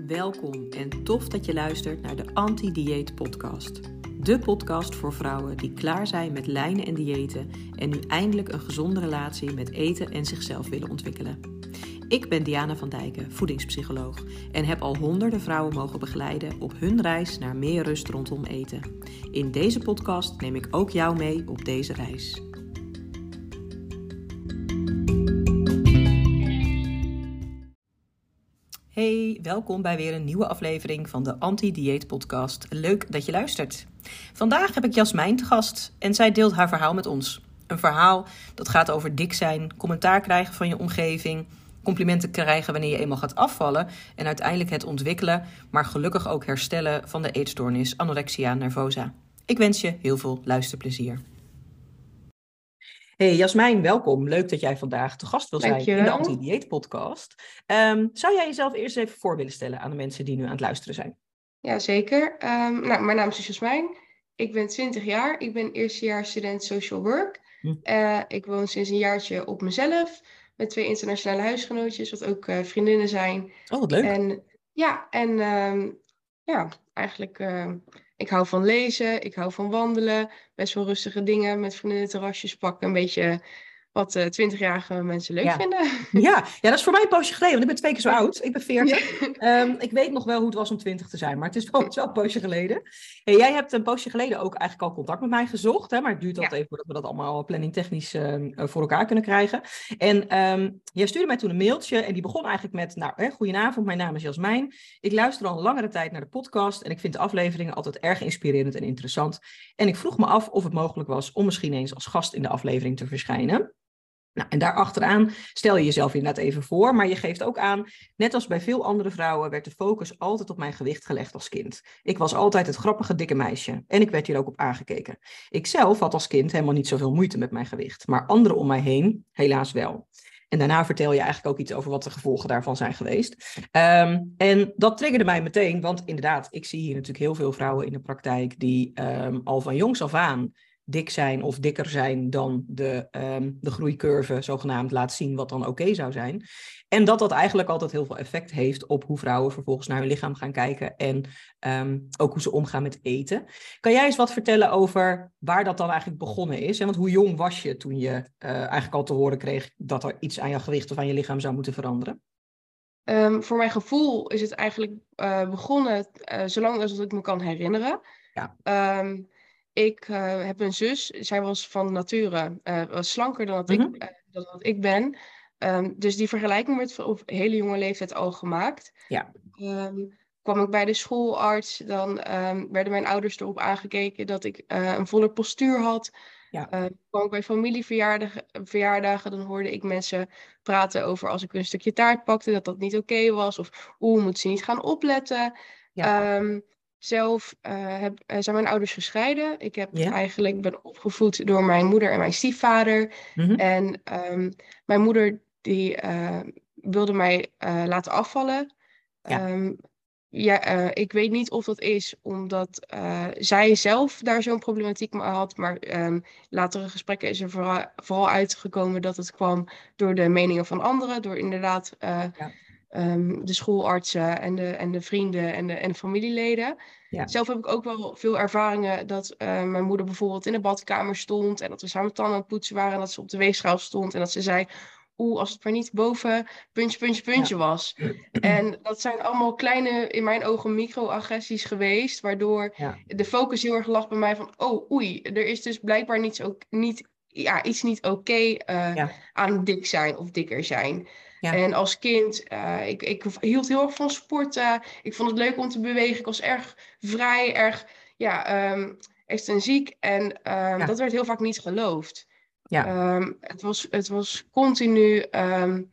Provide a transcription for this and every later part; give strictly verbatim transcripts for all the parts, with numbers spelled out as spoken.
Welkom en tof dat je luistert naar de Anti-Dieet Podcast. De podcast voor vrouwen die klaar zijn met lijnen en diëten en nu eindelijk een gezonde relatie met eten en zichzelf willen ontwikkelen. Ik ben Diana van Dijken, voedingspsycholoog, en heb al honderden vrouwen mogen begeleiden op hun reis naar meer rust rondom eten. In deze podcast neem ik ook jou mee op deze reis. Hey, welkom bij weer een nieuwe aflevering van de Anti-Dieet Podcast. Leuk dat je luistert. Vandaag heb ik Jasmijn te gast en zij deelt haar verhaal met ons. Een verhaal dat gaat over dik zijn, commentaar krijgen van je omgeving, complimenten krijgen wanneer je eenmaal gaat afvallen en uiteindelijk het ontwikkelen, maar gelukkig ook herstellen van de eetstoornis anorexia nervosa. Ik wens je heel veel luisterplezier. Hey Jasmijn, welkom. Leuk dat jij vandaag te gast wil zijn Dankjewel. in de Anti-Dieet Podcast. Um, zou jij jezelf eerst even voor willen stellen aan de mensen die nu aan het luisteren zijn? Ja, zeker. Um, nou, mijn naam is dus Jasmijn. Ik ben twintig jaar. Ik ben eerstejaars student social work. Hm. Uh, ik woon sinds een jaartje op mezelf met twee internationale huisgenootjes, wat ook uh, vriendinnen zijn. Oh, wat leuk. En ja, en um, ja, eigenlijk, uh, ik hou van lezen, ik hou van wandelen, best wel rustige dingen met vriendinnen, terrasjes pakken, een beetje wat twintigjarige uh, mensen leuk ja. vinden. Ja. ja, dat is voor mij een poosje geleden, want ik ben twee keer zo oud. Ik ben veertig. Ja. Um, ik weet nog wel hoe het was om twintig te zijn, maar het is wel, wel een poosje geleden. Hey, jij hebt een poosje geleden ook eigenlijk al contact met mij gezocht, hè, maar het duurt altijd ja. even voordat we dat allemaal planningtechnisch uh, voor elkaar kunnen krijgen. En um, jij stuurde mij toen een mailtje en die begon eigenlijk met, nou, hè, goedenavond, mijn naam is Jasmijn. Ik luister al een langere tijd naar de podcast en ik vind de afleveringen altijd erg inspirerend en interessant. En ik vroeg me af of het mogelijk was om misschien eens als gast in de aflevering te verschijnen. Nou, en daarachteraan stel je jezelf inderdaad even voor, maar je geeft ook aan, net als bij veel andere vrouwen werd de focus altijd op mijn gewicht gelegd als kind. Ik was altijd het grappige dikke meisje en ik werd hier ook op aangekeken. Ik zelf had als kind helemaal niet zoveel moeite met mijn gewicht, maar anderen om mij heen helaas wel. En daarna vertel je eigenlijk ook iets over wat de gevolgen daarvan zijn geweest. Um, en dat triggerde mij meteen, want inderdaad, ik zie hier natuurlijk heel veel vrouwen in de praktijk die um, al van jongs af aan dik zijn of dikker zijn dan de, um, de groeicurve zogenaamd laat zien wat dan oké okay zou zijn. En dat dat eigenlijk altijd heel veel effect heeft op hoe vrouwen vervolgens naar hun lichaam gaan kijken en um, ook hoe ze omgaan met eten. Kan jij eens wat vertellen over waar dat dan eigenlijk begonnen is? En want hoe jong was je toen je uh, eigenlijk al te horen kreeg dat er iets aan je gewicht of aan je lichaam zou moeten veranderen? Um, voor mijn gevoel is het eigenlijk uh, begonnen uh, zolang als ik me kan herinneren. Ja. Um, Ik uh, heb een zus, zij was van nature uh, was slanker dan dat, mm-hmm. ik, uh, dan dat ik ben. Um, dus die vergelijking werd op hele jonge leeftijd al gemaakt. Ja. Um, kwam ik bij de schoolarts, dan um, werden mijn ouders erop aangekeken dat ik uh, een voller postuur had. Ja. Uh, kwam ik bij familieverjaardagen, verjaardagen, dan hoorde ik mensen praten over als ik een stukje taart pakte, dat dat niet oké okay was. Of oeh, moet ze niet gaan opletten. Ja. Um, Zelf uh, heb, uh, zijn mijn ouders gescheiden. Ik heb yeah. eigenlijk ben opgevoed door mijn moeder en mijn stiefvader. Mm-hmm. En um, mijn moeder die uh, wilde mij uh, laten afvallen. Ja. Um, ja, uh, ik weet niet of dat is omdat uh, zij zelf daar zo'n problematiek mee had. Maar um, latere gesprekken is er vooral, vooral uitgekomen dat het kwam door de meningen van anderen. Door inderdaad uh, ja. um, de schoolartsen en de, en de vrienden en de, en de familieleden. Ja. Zelf heb ik ook wel veel ervaringen dat uh, mijn moeder bijvoorbeeld in de badkamer stond. En dat we samen tanden aan het poetsen waren. En dat ze op de weegschaal stond. En dat ze zei, oeh, als het maar niet boven puntje, puntje, puntje ja. was. En dat zijn allemaal kleine, in mijn ogen, microagressies geweest. Waardoor ja. de focus heel erg lag bij mij van, oh, oei, er is dus blijkbaar niets, ook, niet, ja, iets niet oké okay, uh, ja. aan dik zijn of dikker zijn. Ja. En als kind, uh, ik, ik hield heel erg van sporten. Ik vond het leuk om te bewegen. Ik was erg vrij, erg ja, um, extensiek. En um, ja. dat werd heel vaak niet geloofd. Ja. Um, het, was, het was continu, um,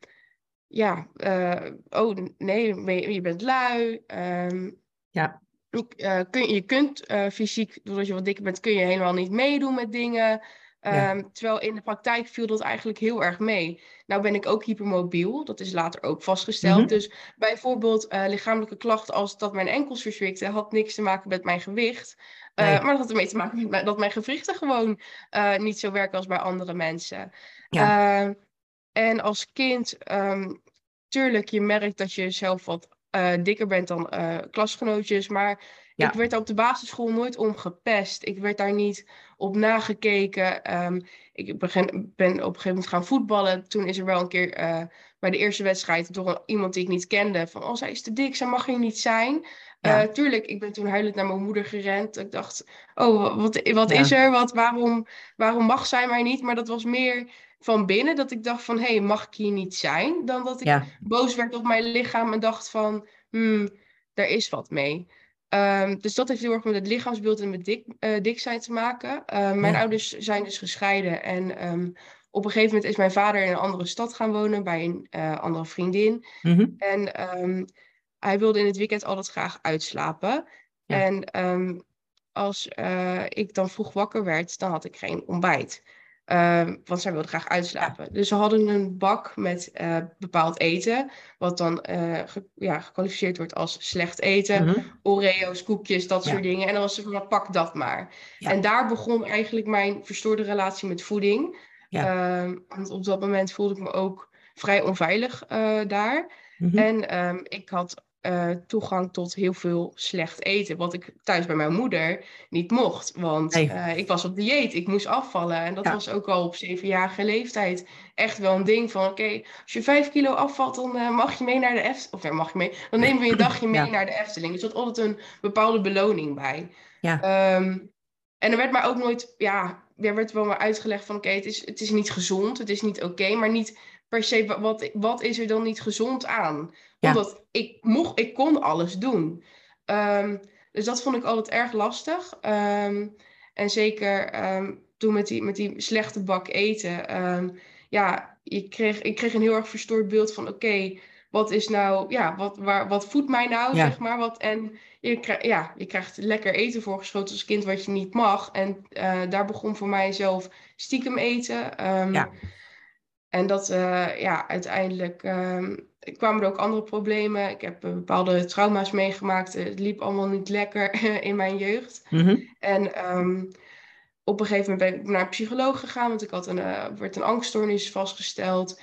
ja, uh, oh nee, je bent lui. Um, ja. ik, uh, kun, je kunt uh, fysiek, doordat je wat dikker bent, kun je helemaal niet meedoen met dingen. Um, ja. Terwijl in de praktijk viel dat eigenlijk heel erg mee. Nou ben ik ook hypermobiel. Dat is later ook vastgesteld. Mm-hmm. Dus bijvoorbeeld uh, lichamelijke klachten als dat mijn enkels verzwikten, had niks te maken met mijn gewicht. Uh, nee. Maar dat had ermee te maken met dat mijn gewrichten gewoon uh, niet zo werken als bij andere mensen. Ja. Uh, en als kind, um, tuurlijk, je merkt dat je zelf wat uh, dikker bent dan uh, klasgenootjes. Maar ja. ik werd daar op de basisschool nooit om gepest. Ik werd daar niet op nagekeken. Um, ik begin, ben op een gegeven moment gaan voetballen. Toen is er wel een keer uh, bij de eerste wedstrijd door iemand die ik niet kende van, oh, zij is te dik, zij mag hier niet zijn. Ja. Uh, tuurlijk, ik ben toen huilend naar mijn moeder gerend. Ik dacht, oh, wat, wat ja. is er? Wat, waarom, waarom mag zij mij niet? Maar dat was meer van binnen, dat ik dacht van, hé, hey, mag ik hier niet zijn? Dan dat ik ja. boos werd op mijn lichaam en dacht van, hmm, daar is wat mee. Um, dus dat heeft heel erg met het lichaamsbeeld en met dik, uh, dik zijn te maken. Uh, mijn ja. ouders zijn dus gescheiden en um, op een gegeven moment is mijn vader in een andere stad gaan wonen bij een uh, andere vriendin. Mm-hmm. En um, hij wilde in het weekend altijd graag uitslapen. Ja. En um, als uh, ik dan vroeg wakker werd, dan had ik geen ontbijt. Uh, want zij wilde graag uitslapen. Ja. Dus ze hadden een bak met uh, bepaald eten. Wat dan uh, ge- ja, gekwalificeerd wordt als slecht eten. Mm-hmm. Oreo's, koekjes, dat ja. soort dingen. En dan was ze van, pak dat maar. Ja. En daar begon eigenlijk mijn verstoorde relatie met voeding. Ja. Uh, want op dat moment voelde ik me ook vrij onveilig uh, daar. Mm-hmm. En um, ik had uh, toegang tot heel veel slecht eten. Wat ik thuis bij mijn moeder niet mocht. Want nee. uh, ik was op dieet. Ik moest afvallen. En dat ja. was ook al op zevenjarige leeftijd echt wel een ding van... Oké, okay, als je vijf kilo afvalt, dan uh, mag je mee naar de Efteling. Of ja, mag je mee. Dan nemen we een dagje mee ja. naar de Efteling. Dus er zat altijd een bepaalde beloning bij. Ja. Um, en er werd maar ook nooit... Ja, er werd wel maar uitgelegd van... Oké, okay, het, is, het is niet gezond. Het is niet oké. Okay, maar niet... per se, wat, wat is er dan niet gezond aan? Ja. Omdat ik, mocht, ik kon alles doen. Um, dus dat vond ik altijd erg lastig. Um, en zeker um, toen met die, met die slechte bak eten. Um, ja, ik kreeg, ik kreeg een heel erg verstoord beeld van... Oké, okay, wat is nou... Ja, wat, waar, wat voedt mij nou, ja. zeg maar? Wat, en je, krijg, ja, je krijgt lekker eten voorgeschoten als kind wat je niet mag. En uh, daar begon voor mij zelf stiekem eten. Um, ja. En dat, uh, ja, uiteindelijk um, kwamen er ook andere problemen. Ik heb uh, bepaalde trauma's meegemaakt. Het liep allemaal niet lekker in mijn jeugd. Mm-hmm. En um, op een gegeven moment ben ik naar een psycholoog gegaan, want ik had een, uh, werd een angststoornis vastgesteld.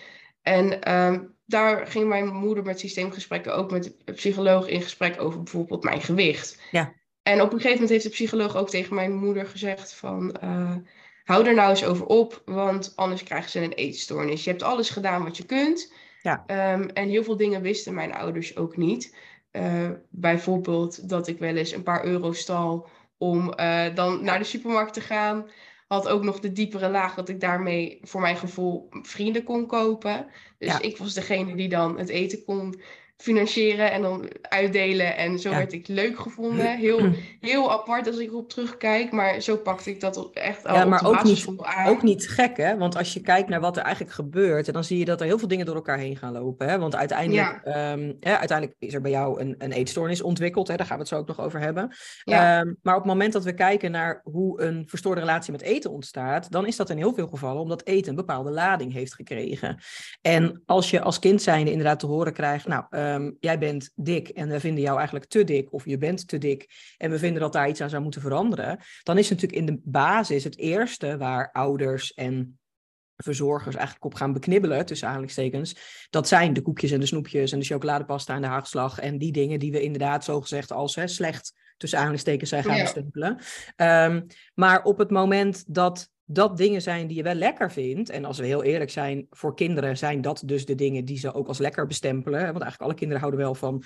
En um, daar ging mijn moeder met systeemgesprekken ook met de psycholoog in gesprek over bijvoorbeeld mijn gewicht. Ja. En op een gegeven moment heeft de psycholoog ook tegen mijn moeder gezegd van... Uh, hou er nou eens over op, want anders krijgen ze een eetstoornis. Je hebt alles gedaan wat je kunt. Ja. Um, en heel veel dingen wisten mijn ouders ook niet. Uh, bijvoorbeeld dat ik wel eens een paar euro stal om uh, dan ja. naar de supermarkt te gaan. Had ook nog de diepere laag dat ik daarmee voor mijn gevoel vrienden kon kopen. Dus ja. ik was degene die dan het eten kon financieren en dan uitdelen. En zo ja. werd ik leuk gevonden. Heel, heel apart als ik erop terugkijk. Maar zo pakte ik dat echt al ja, op maar de ook basisschool niet, aan. Ook niet gek, hè? Want als je kijkt naar wat er eigenlijk gebeurt... en dan zie je dat er heel veel dingen door elkaar heen gaan lopen. Hè? Want uiteindelijk, ja. um, ja, uiteindelijk is er bij jou een, een eetstoornis ontwikkeld. Hè? Daar gaan we het zo ook nog over hebben. Ja. Um, maar op het moment dat we kijken naar hoe een verstoorde relatie met eten ontstaat... dan is dat in heel veel gevallen omdat eten een bepaalde lading heeft gekregen. En als je als kind zijnde inderdaad te horen krijgt... nou, um, jij bent dik en we vinden jou eigenlijk te dik... of je bent te dik en we vinden dat daar iets aan zou moeten veranderen... dan is natuurlijk in de basis het eerste waar ouders en verzorgers eigenlijk op gaan beknibbelen, tussen aanhalingstekens, dat zijn de koekjes en de snoepjes en de chocoladepasta en de haagslag en die dingen die we inderdaad zogezegd als hè, slecht, tussen aanhalingstekens, zijn gaan ja. bestempelen. Um, maar op het moment dat dat dingen zijn die je wel lekker vindt, en als we heel eerlijk zijn, voor kinderen zijn dat dus de dingen die ze ook als lekker bestempelen, want eigenlijk alle kinderen houden wel van,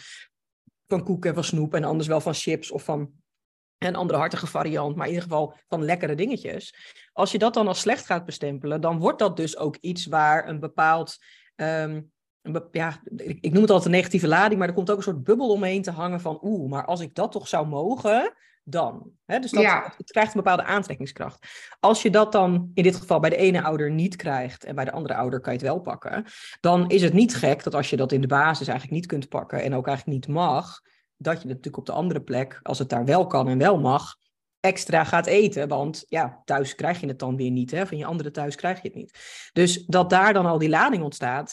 van koek en van snoep en anders wel van chips of van een andere hartige variant, maar in ieder geval van lekkere dingetjes. Als je dat dan als slecht gaat bestempelen, dan wordt dat dus ook iets waar een bepaald... Um, een be- ja, ik, ik noem het altijd een negatieve lading, maar er komt ook een soort bubbel omheen te hangen van oeh, maar als ik dat toch zou mogen, dan. Hè? Dus dat, ja. het krijgt een bepaalde aantrekkingskracht. Als je dat dan in dit geval bij de ene ouder niet krijgt en bij de andere ouder kan je het wel pakken, dan is het niet gek dat als je dat in de basis eigenlijk niet kunt pakken en ook eigenlijk niet mag, dat je natuurlijk op de andere plek, als het daar wel kan en wel mag, extra gaat eten. Want ja, thuis krijg je het dan weer niet. Hè? Van je andere thuis krijg je het niet. Dus dat daar dan al die lading ontstaat,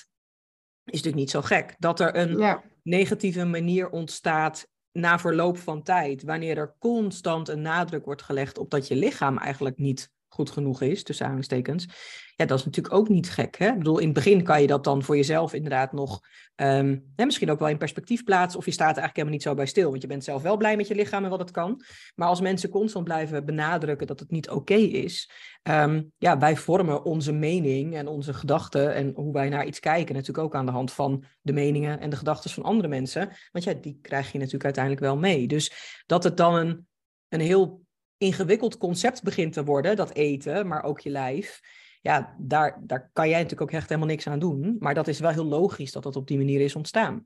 is natuurlijk niet zo gek. Dat er een ja. negatieve manier ontstaat na verloop van tijd, wanneer er constant een nadruk wordt gelegd op dat je lichaam eigenlijk niet goed genoeg is, tussen aanhalingstekens. Ja, dat is natuurlijk ook niet gek. Hè? Ik bedoel, in het begin kan je dat dan voor jezelf inderdaad nog um, hè, misschien ook wel in perspectief plaatsen. Of je staat er eigenlijk helemaal niet zo bij stil. Want je bent zelf wel blij met je lichaam en wat het kan. Maar als mensen constant blijven benadrukken dat het niet oké okay is. Um, ja, wij vormen onze mening en onze gedachten en hoe wij naar iets kijken natuurlijk ook aan de hand van de meningen en de gedachten van andere mensen. Want ja, die krijg je natuurlijk uiteindelijk wel mee. Dus dat het dan een, een heel ingewikkeld concept begint te worden, dat eten, maar ook je lijf. Ja, daar, daar kan jij natuurlijk ook echt helemaal niks aan doen. Maar dat is wel heel logisch dat dat op die manier is ontstaan.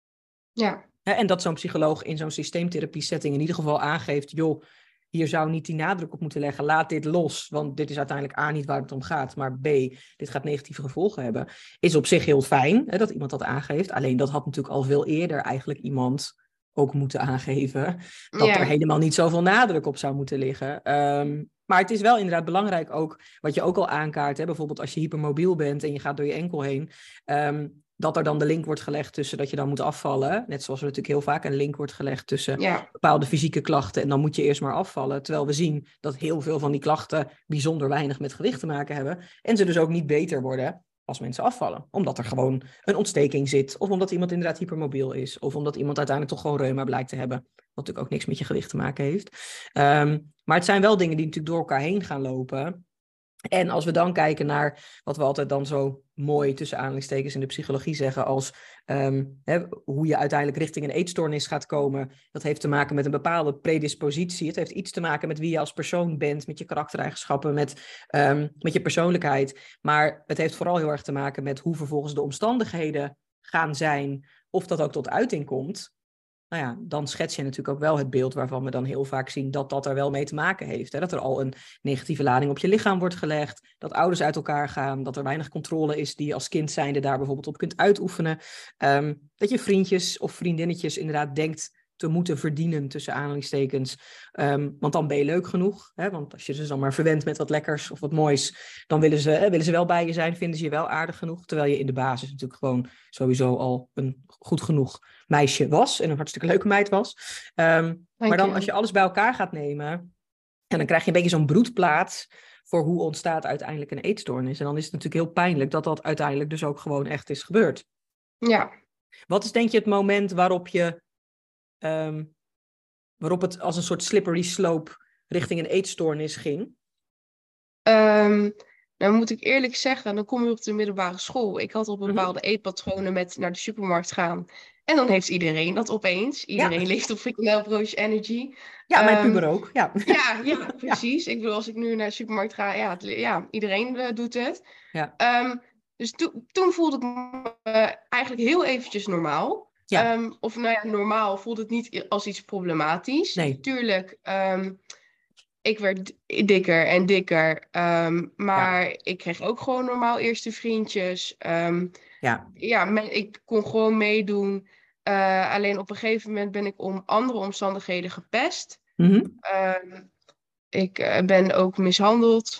Ja. En dat zo'n psycholoog in zo'n systeemtherapie setting in ieder geval aangeeft, joh, hier zou niet die nadruk op moeten leggen. Laat dit los, want dit is uiteindelijk A, niet waar het om gaat, maar B, dit gaat negatieve gevolgen hebben. Is op zich heel fijn hè, dat iemand dat aangeeft. Alleen dat had natuurlijk al veel eerder eigenlijk iemand ook moeten aangeven. Dat Ja. er helemaal niet zoveel nadruk op zou moeten liggen. Um, maar het is wel inderdaad belangrijk ook, wat je ook al aankaart, hè, bijvoorbeeld als je hypermobiel bent en je gaat door je enkel heen, um, dat er dan de link wordt gelegd tussen dat je dan moet afvallen. Net zoals er natuurlijk heel vaak een link wordt gelegd tussen ja. bepaalde fysieke klachten en dan moet je eerst maar afvallen. Terwijl we zien dat heel veel van die klachten bijzonder weinig met gewicht te maken hebben. En ze dus ook niet beter worden als mensen afvallen. Omdat er gewoon een ontsteking zit. Of omdat iemand inderdaad hypermobiel is. Of omdat iemand uiteindelijk toch gewoon reuma blijkt te hebben. Wat natuurlijk ook niks met je gewicht te maken heeft. Um, maar het zijn wel dingen die natuurlijk door elkaar heen gaan lopen. En als we dan kijken naar wat we altijd dan zo mooi tussen aanhalingstekens in de psychologie zeggen als um, hè, hoe je uiteindelijk richting een eetstoornis gaat komen. Dat heeft te maken met een bepaalde predispositie. Het heeft iets te maken met wie je als persoon bent, met je karaktereigenschappen, met, um, met je persoonlijkheid. Maar het heeft vooral heel erg te maken met hoe vervolgens de omstandigheden gaan zijn, of dat ook tot uiting komt. Nou ja, dan schets je natuurlijk ook wel het beeld waarvan we dan heel vaak zien dat dat er wel mee te maken heeft. Hè? Dat er al een negatieve lading op je lichaam wordt gelegd, dat ouders uit elkaar gaan, dat er weinig controle is die je als kind zijnde daar bijvoorbeeld op kunt uitoefenen. Um, dat je vriendjes of vriendinnetjes inderdaad denkt te moeten verdienen, tussen aanhalingstekens. Um, want dan ben je leuk genoeg. Hè? Want als je ze dan maar verwendt met wat lekkers of wat moois, dan willen ze, hè, willen ze wel bij je zijn, vinden ze je wel aardig genoeg. Terwijl je in de basis natuurlijk gewoon sowieso al een goed genoeg meisje was en een hartstikke leuke meid was. Um, maar dan als je alles bij elkaar gaat nemen, en dan krijg je een beetje zo'n broedplaats voor hoe ontstaat uiteindelijk een eetstoornis. En dan is het natuurlijk heel pijnlijk dat dat uiteindelijk dus ook gewoon echt is gebeurd. Ja. Wat is denk je het moment waarop je Um, waarop het als een soort slippery slope richting een eetstoornis ging? Um, nou moet ik eerlijk zeggen, dan kom je op de middelbare school. Ik had op bepaalde mm-hmm. eetpatronen met naar de supermarkt gaan. En dan heeft iedereen dat opeens. Iedereen ja. leeft op frikandelbroodje energy. Ja, mijn um, puber ook. Ja, ja, ja precies. Ja. Ik bedoel, als ik nu naar de supermarkt ga, ja, het, ja iedereen uh, doet het. Ja. Um, dus to- toen voelde ik me uh, eigenlijk heel eventjes normaal. Ja. Um, of nou ja, normaal voelde het niet als iets problematisch. Nee. Tuurlijk, um, ik werd dikker en dikker. Um, maar ja. ik kreeg ook gewoon normaal eerste vriendjes. Um, ja, ja men, ik kon gewoon meedoen. Uh, alleen op een gegeven moment ben ik om andere omstandigheden gepest. Mm-hmm. Um, ik uh, ben ook mishandeld.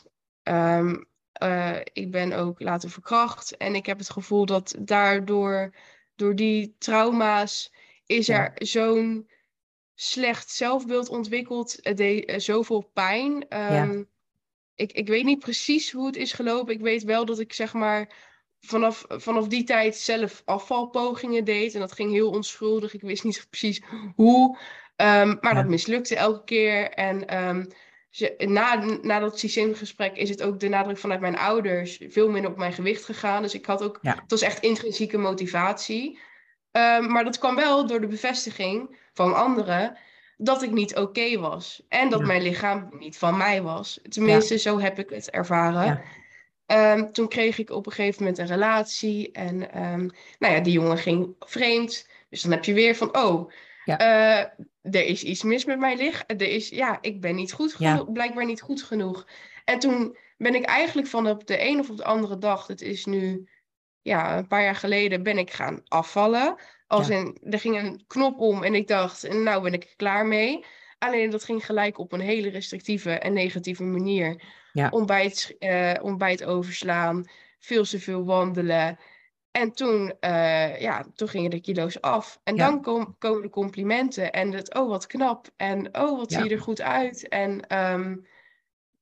Um, uh, ik ben ook later verkracht. En ik heb het gevoel dat daardoor... Door die trauma's is er ja. zo'n slecht zelfbeeld ontwikkeld. Het deed uh, zoveel pijn. Um, ja. ik, ik weet niet precies hoe het is gelopen. Ik weet wel dat ik zeg maar vanaf, vanaf die tijd zelf afvalpogingen deed. En dat ging heel onschuldig. Ik wist niet precies hoe. Um, maar ja. dat mislukte elke keer. En um, na, na dat systeemgesprek is het ook de nadruk vanuit mijn ouders veel minder op mijn gewicht gegaan. Dus ik had ook, ja. het was echt intrinsieke motivatie. Um, maar dat kwam wel door de bevestiging van anderen dat ik niet oké okay was. En dat ja. mijn lichaam niet van mij was. Tenminste, ja. zo heb ik het ervaren. Ja. Um, toen kreeg ik op een gegeven moment een relatie. En um, nou ja, die jongen ging vreemd. Dus dan heb je weer van, oh... Ja. Uh, er is iets mis met mijn lichaam. Er is, ja, ik ben niet goed genoeg, ja. blijkbaar niet goed genoeg. En toen ben ik eigenlijk van op de een of op de andere dag, het is nu ja, een paar jaar geleden, ben ik gaan afvallen. Als ja. in, er ging een knop om en ik dacht, nou ben ik er klaar mee. Alleen dat ging gelijk op een hele restrictieve en negatieve manier. Ja. Ontbijt, uh, ontbijt overslaan, veel te veel wandelen. En toen, uh, ja, toen gingen de kilo's af. En ja. dan kom, komen de complimenten. En het, oh, wat knap. En oh, wat ja. zie je er goed uit. En um,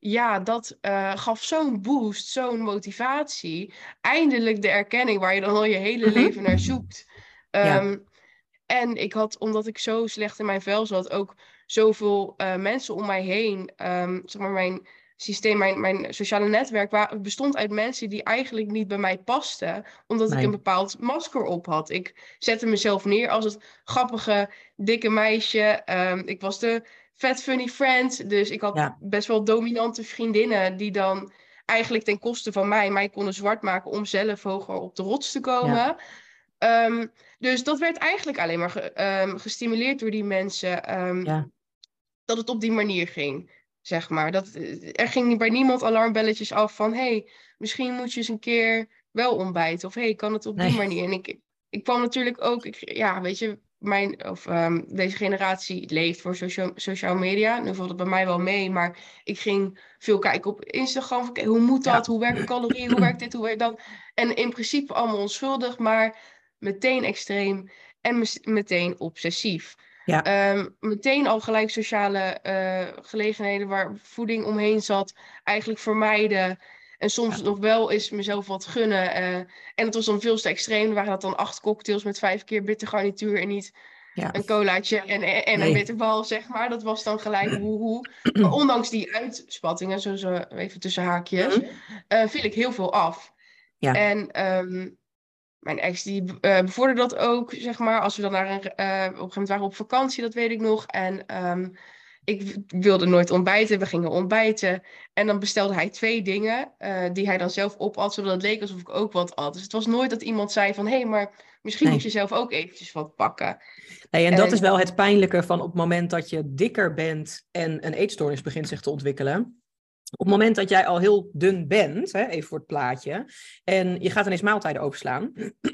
ja, dat uh, gaf zo'n boost, zo'n motivatie. Eindelijk de erkenning waar je dan al je hele Mm-hmm. leven naar zoekt. Ja. Um, en ik had, omdat ik zo slecht in mijn vel zat, ook zoveel uh, mensen om mij heen. Um, zeg maar, mijn systeem, mijn, mijn sociale netwerk waar, bestond uit mensen die eigenlijk niet bij mij pasten, omdat Nee. ik een bepaald masker op had. Ik zette mezelf neer als het grappige, dikke meisje. Um, ik was de vet funny friend, dus ik had Ja. best wel dominante vriendinnen die dan eigenlijk ten koste van mij mij konden zwart maken om zelf hoger op de rots te komen. Ja. Um, dus dat werd eigenlijk alleen maar ge, um, gestimuleerd door die mensen. Um, Ja. Dat het op die manier ging, zeg maar. Dat, er ging bij niemand alarmbelletjes af van... hey, misschien moet je eens een keer wel ontbijten. Of hey, kan het op Nee. die manier? En ik, ik kwam natuurlijk ook... Ik, ja, weet je, mijn, of, um, deze generatie leeft voor socia- social media. Nu valt het bij mij wel mee, maar ik ging veel kijken op Instagram. Van, okay, hoe moet dat? Ja. Hoe werken calorieën? Hoe werkt dit? Hoe werkt dat? En in principe allemaal onschuldig, maar meteen extreem en mes- meteen obsessief. Ja. Um, meteen al gelijk sociale uh, gelegenheden waar voeding omheen zat, eigenlijk vermijden. En soms ja. nog wel eens mezelf wat gunnen. Uh, en het was dan veel te extreem. Er waren dat dan acht cocktails met vijf keer bitter garnituur en niet ja. een colaatje en, en nee. een bitterbal, zeg maar. Dat was dan gelijk woehoe. Maar ondanks die uitspattingen, zo, zo even tussen haakjes, mm-hmm. uh, viel ik heel veel af. Ja. En... Um, Mijn ex die uh, bevorderde dat ook, zeg maar. Als we dan naar een, uh, op een gegeven moment waren op vakantie, dat weet ik nog. En um, ik wilde nooit ontbijten. We gingen ontbijten. En dan bestelde hij twee dingen uh, die hij dan zelf opat, zodat het leek alsof ik ook wat at. Dus het was nooit dat iemand zei van... hé, hey, maar misschien nee. moet je zelf ook eventjes wat pakken. Nee, en, en dat is wel het pijnlijke van op het moment dat je dikker bent... en een eetstoornis begint zich te ontwikkelen... Op het moment dat jij al heel dun bent, hè, even voor het plaatje, en je gaat ineens maaltijden overslaan,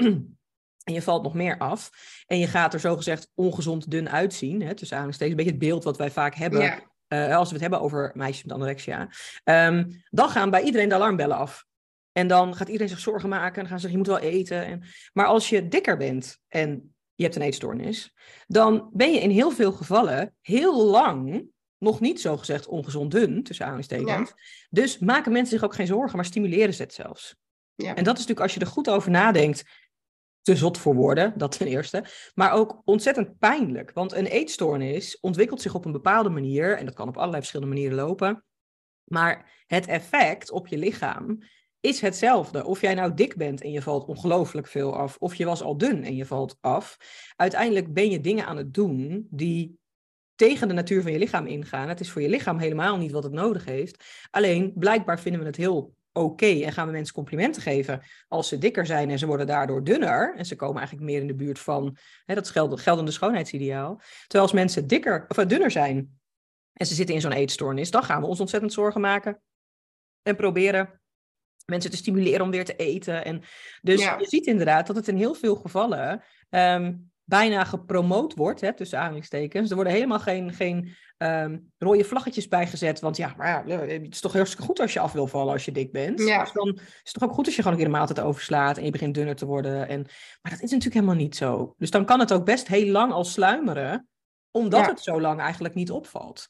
en je valt nog meer af, en je gaat er zogezegd ongezond dun uitzien, hè, tussen aanhalingstekens, een beetje het beeld wat wij vaak hebben, ja. uh, als we het hebben over meisjes met anorexia, um, dan gaan bij iedereen de alarmbellen af. En dan gaat iedereen zich zorgen maken, en dan gaan ze zeggen, je moet wel eten. En... Maar als je dikker bent, en je hebt een eetstoornis, dan ben je in heel veel gevallen heel lang... nog niet zo gezegd ongezond dun, tussen aanhalingstekens. Ja. Dus maken mensen zich ook geen zorgen, maar stimuleren ze het zelfs. Ja. En dat is natuurlijk, als je er goed over nadenkt, te zot voor woorden, dat ten eerste. Maar ook ontzettend pijnlijk. Want een eetstoornis ontwikkelt zich op een bepaalde manier, en dat kan op allerlei verschillende manieren lopen. Maar het effect op je lichaam is hetzelfde. Of jij nou dik bent en je valt ongelooflijk veel af, of je was al dun en je valt af. Uiteindelijk ben je dingen aan het doen die... tegen de natuur van je lichaam ingaan. Het is voor je lichaam helemaal niet wat het nodig heeft. Alleen, blijkbaar vinden we het heel oké okay en gaan we mensen complimenten geven als ze dikker zijn en ze worden daardoor dunner. En ze komen eigenlijk meer in de buurt van hè, dat geldende schoonheidsideaal. Terwijl als mensen dikker, of dunner zijn en ze zitten in zo'n eetstoornis, dan gaan we ons ontzettend zorgen maken en proberen mensen te stimuleren om weer te eten. En dus ja. je ziet inderdaad dat het in heel veel gevallen... Um, bijna gepromoot wordt, hè, tussen aanhalingstekens. Er worden helemaal geen, geen um, rode vlaggetjes bijgezet. Want ja, maar ja, het is toch hartstikke goed als je af wil vallen als je dik bent. Ja. Dus dan is het toch ook goed als je gewoon een keer de maaltijd overslaat en je begint dunner te worden. En, maar dat is natuurlijk helemaal niet zo. Dus dan kan het ook best heel lang al sluimeren, omdat ja. het zo lang eigenlijk niet opvalt.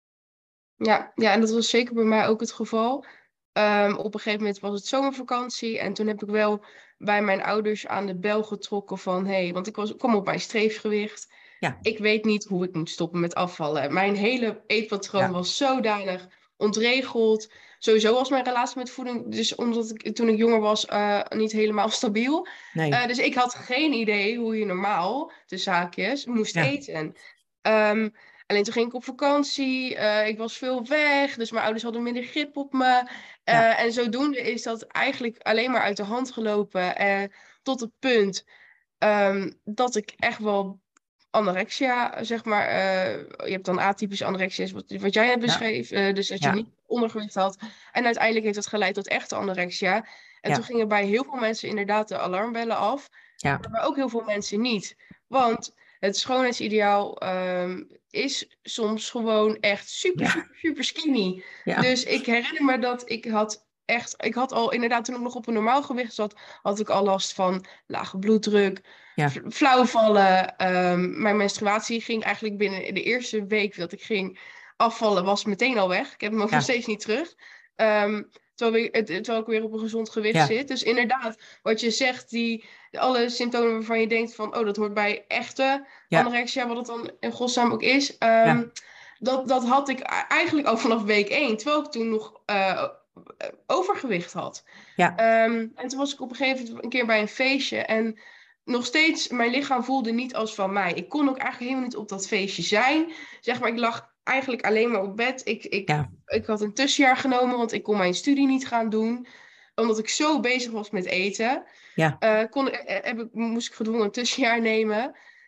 Ja, ja, en dat was zeker bij mij ook het geval. Um, op een gegeven moment was het zomervakantie en toen heb ik wel bij mijn ouders aan de bel getrokken van... hey, want ik was, kwam op mijn streefgewicht. Ja. Ik weet niet hoe ik moet stoppen met afvallen. Mijn hele eetpatroon ja. was zodanig ontregeld. Sowieso was mijn relatie met voeding, dus omdat ik toen ik jonger was, uh, niet helemaal stabiel. Nee. Uh, dus ik had geen idee hoe je normaal, tussen haakjes, moest ja. eten. Um, Alleen toen ging ik op vakantie, uh, ik was veel weg, dus mijn ouders hadden minder grip op me. Uh, ja. En zodoende is dat eigenlijk alleen maar uit de hand gelopen. Uh, tot het punt um, dat ik echt wel anorexia, zeg maar... Uh, je hebt dan atypische anorexia, wat, wat jij hebt beschreven. Ja. Uh, dus dat je ja. niet ondergewicht had. En uiteindelijk heeft dat geleid tot echte anorexia. En ja. toen gingen bij heel veel mensen inderdaad de alarmbellen af. Ja. Maar bij ook heel veel mensen niet. Want... het schoonheidsideaal um, is soms gewoon echt super, ja. super, super skinny. Ja. Dus ik herinner me dat ik had echt... Ik had al inderdaad, toen ik nog op een normaal gewicht zat... had ik al last van lage bloeddruk, ja. flauwvallen. Um, mijn menstruatie ging eigenlijk binnen de eerste week dat ik ging... afvallen was meteen al weg. Ik heb hem ook Ja. nog steeds niet terug. Um, terwijl, ik, terwijl ik weer op een gezond gewicht Ja. zit. Dus inderdaad, wat je zegt, die, alle symptomen waarvan je denkt van, oh, dat hoort bij echte Ja. anorexia, wat het dan in godsnaam ook is. Um, Ja. dat, dat had ik eigenlijk al vanaf week één, terwijl ik toen nog uh, overgewicht had. Ja. Um, en toen was ik op een gegeven moment een keer bij een feestje en nog steeds, mijn lichaam voelde niet als van mij. Ik kon ook eigenlijk helemaal niet op dat feestje zijn. Zeg maar, ik lag eigenlijk alleen maar op bed. Ik, ik, Ja. ik had een tussenjaar genomen, want ik kon mijn studie niet gaan doen. Omdat ik zo bezig was met eten. Ja. Uh, kon, heb ik, moest ik gedwongen een tussenjaar nemen.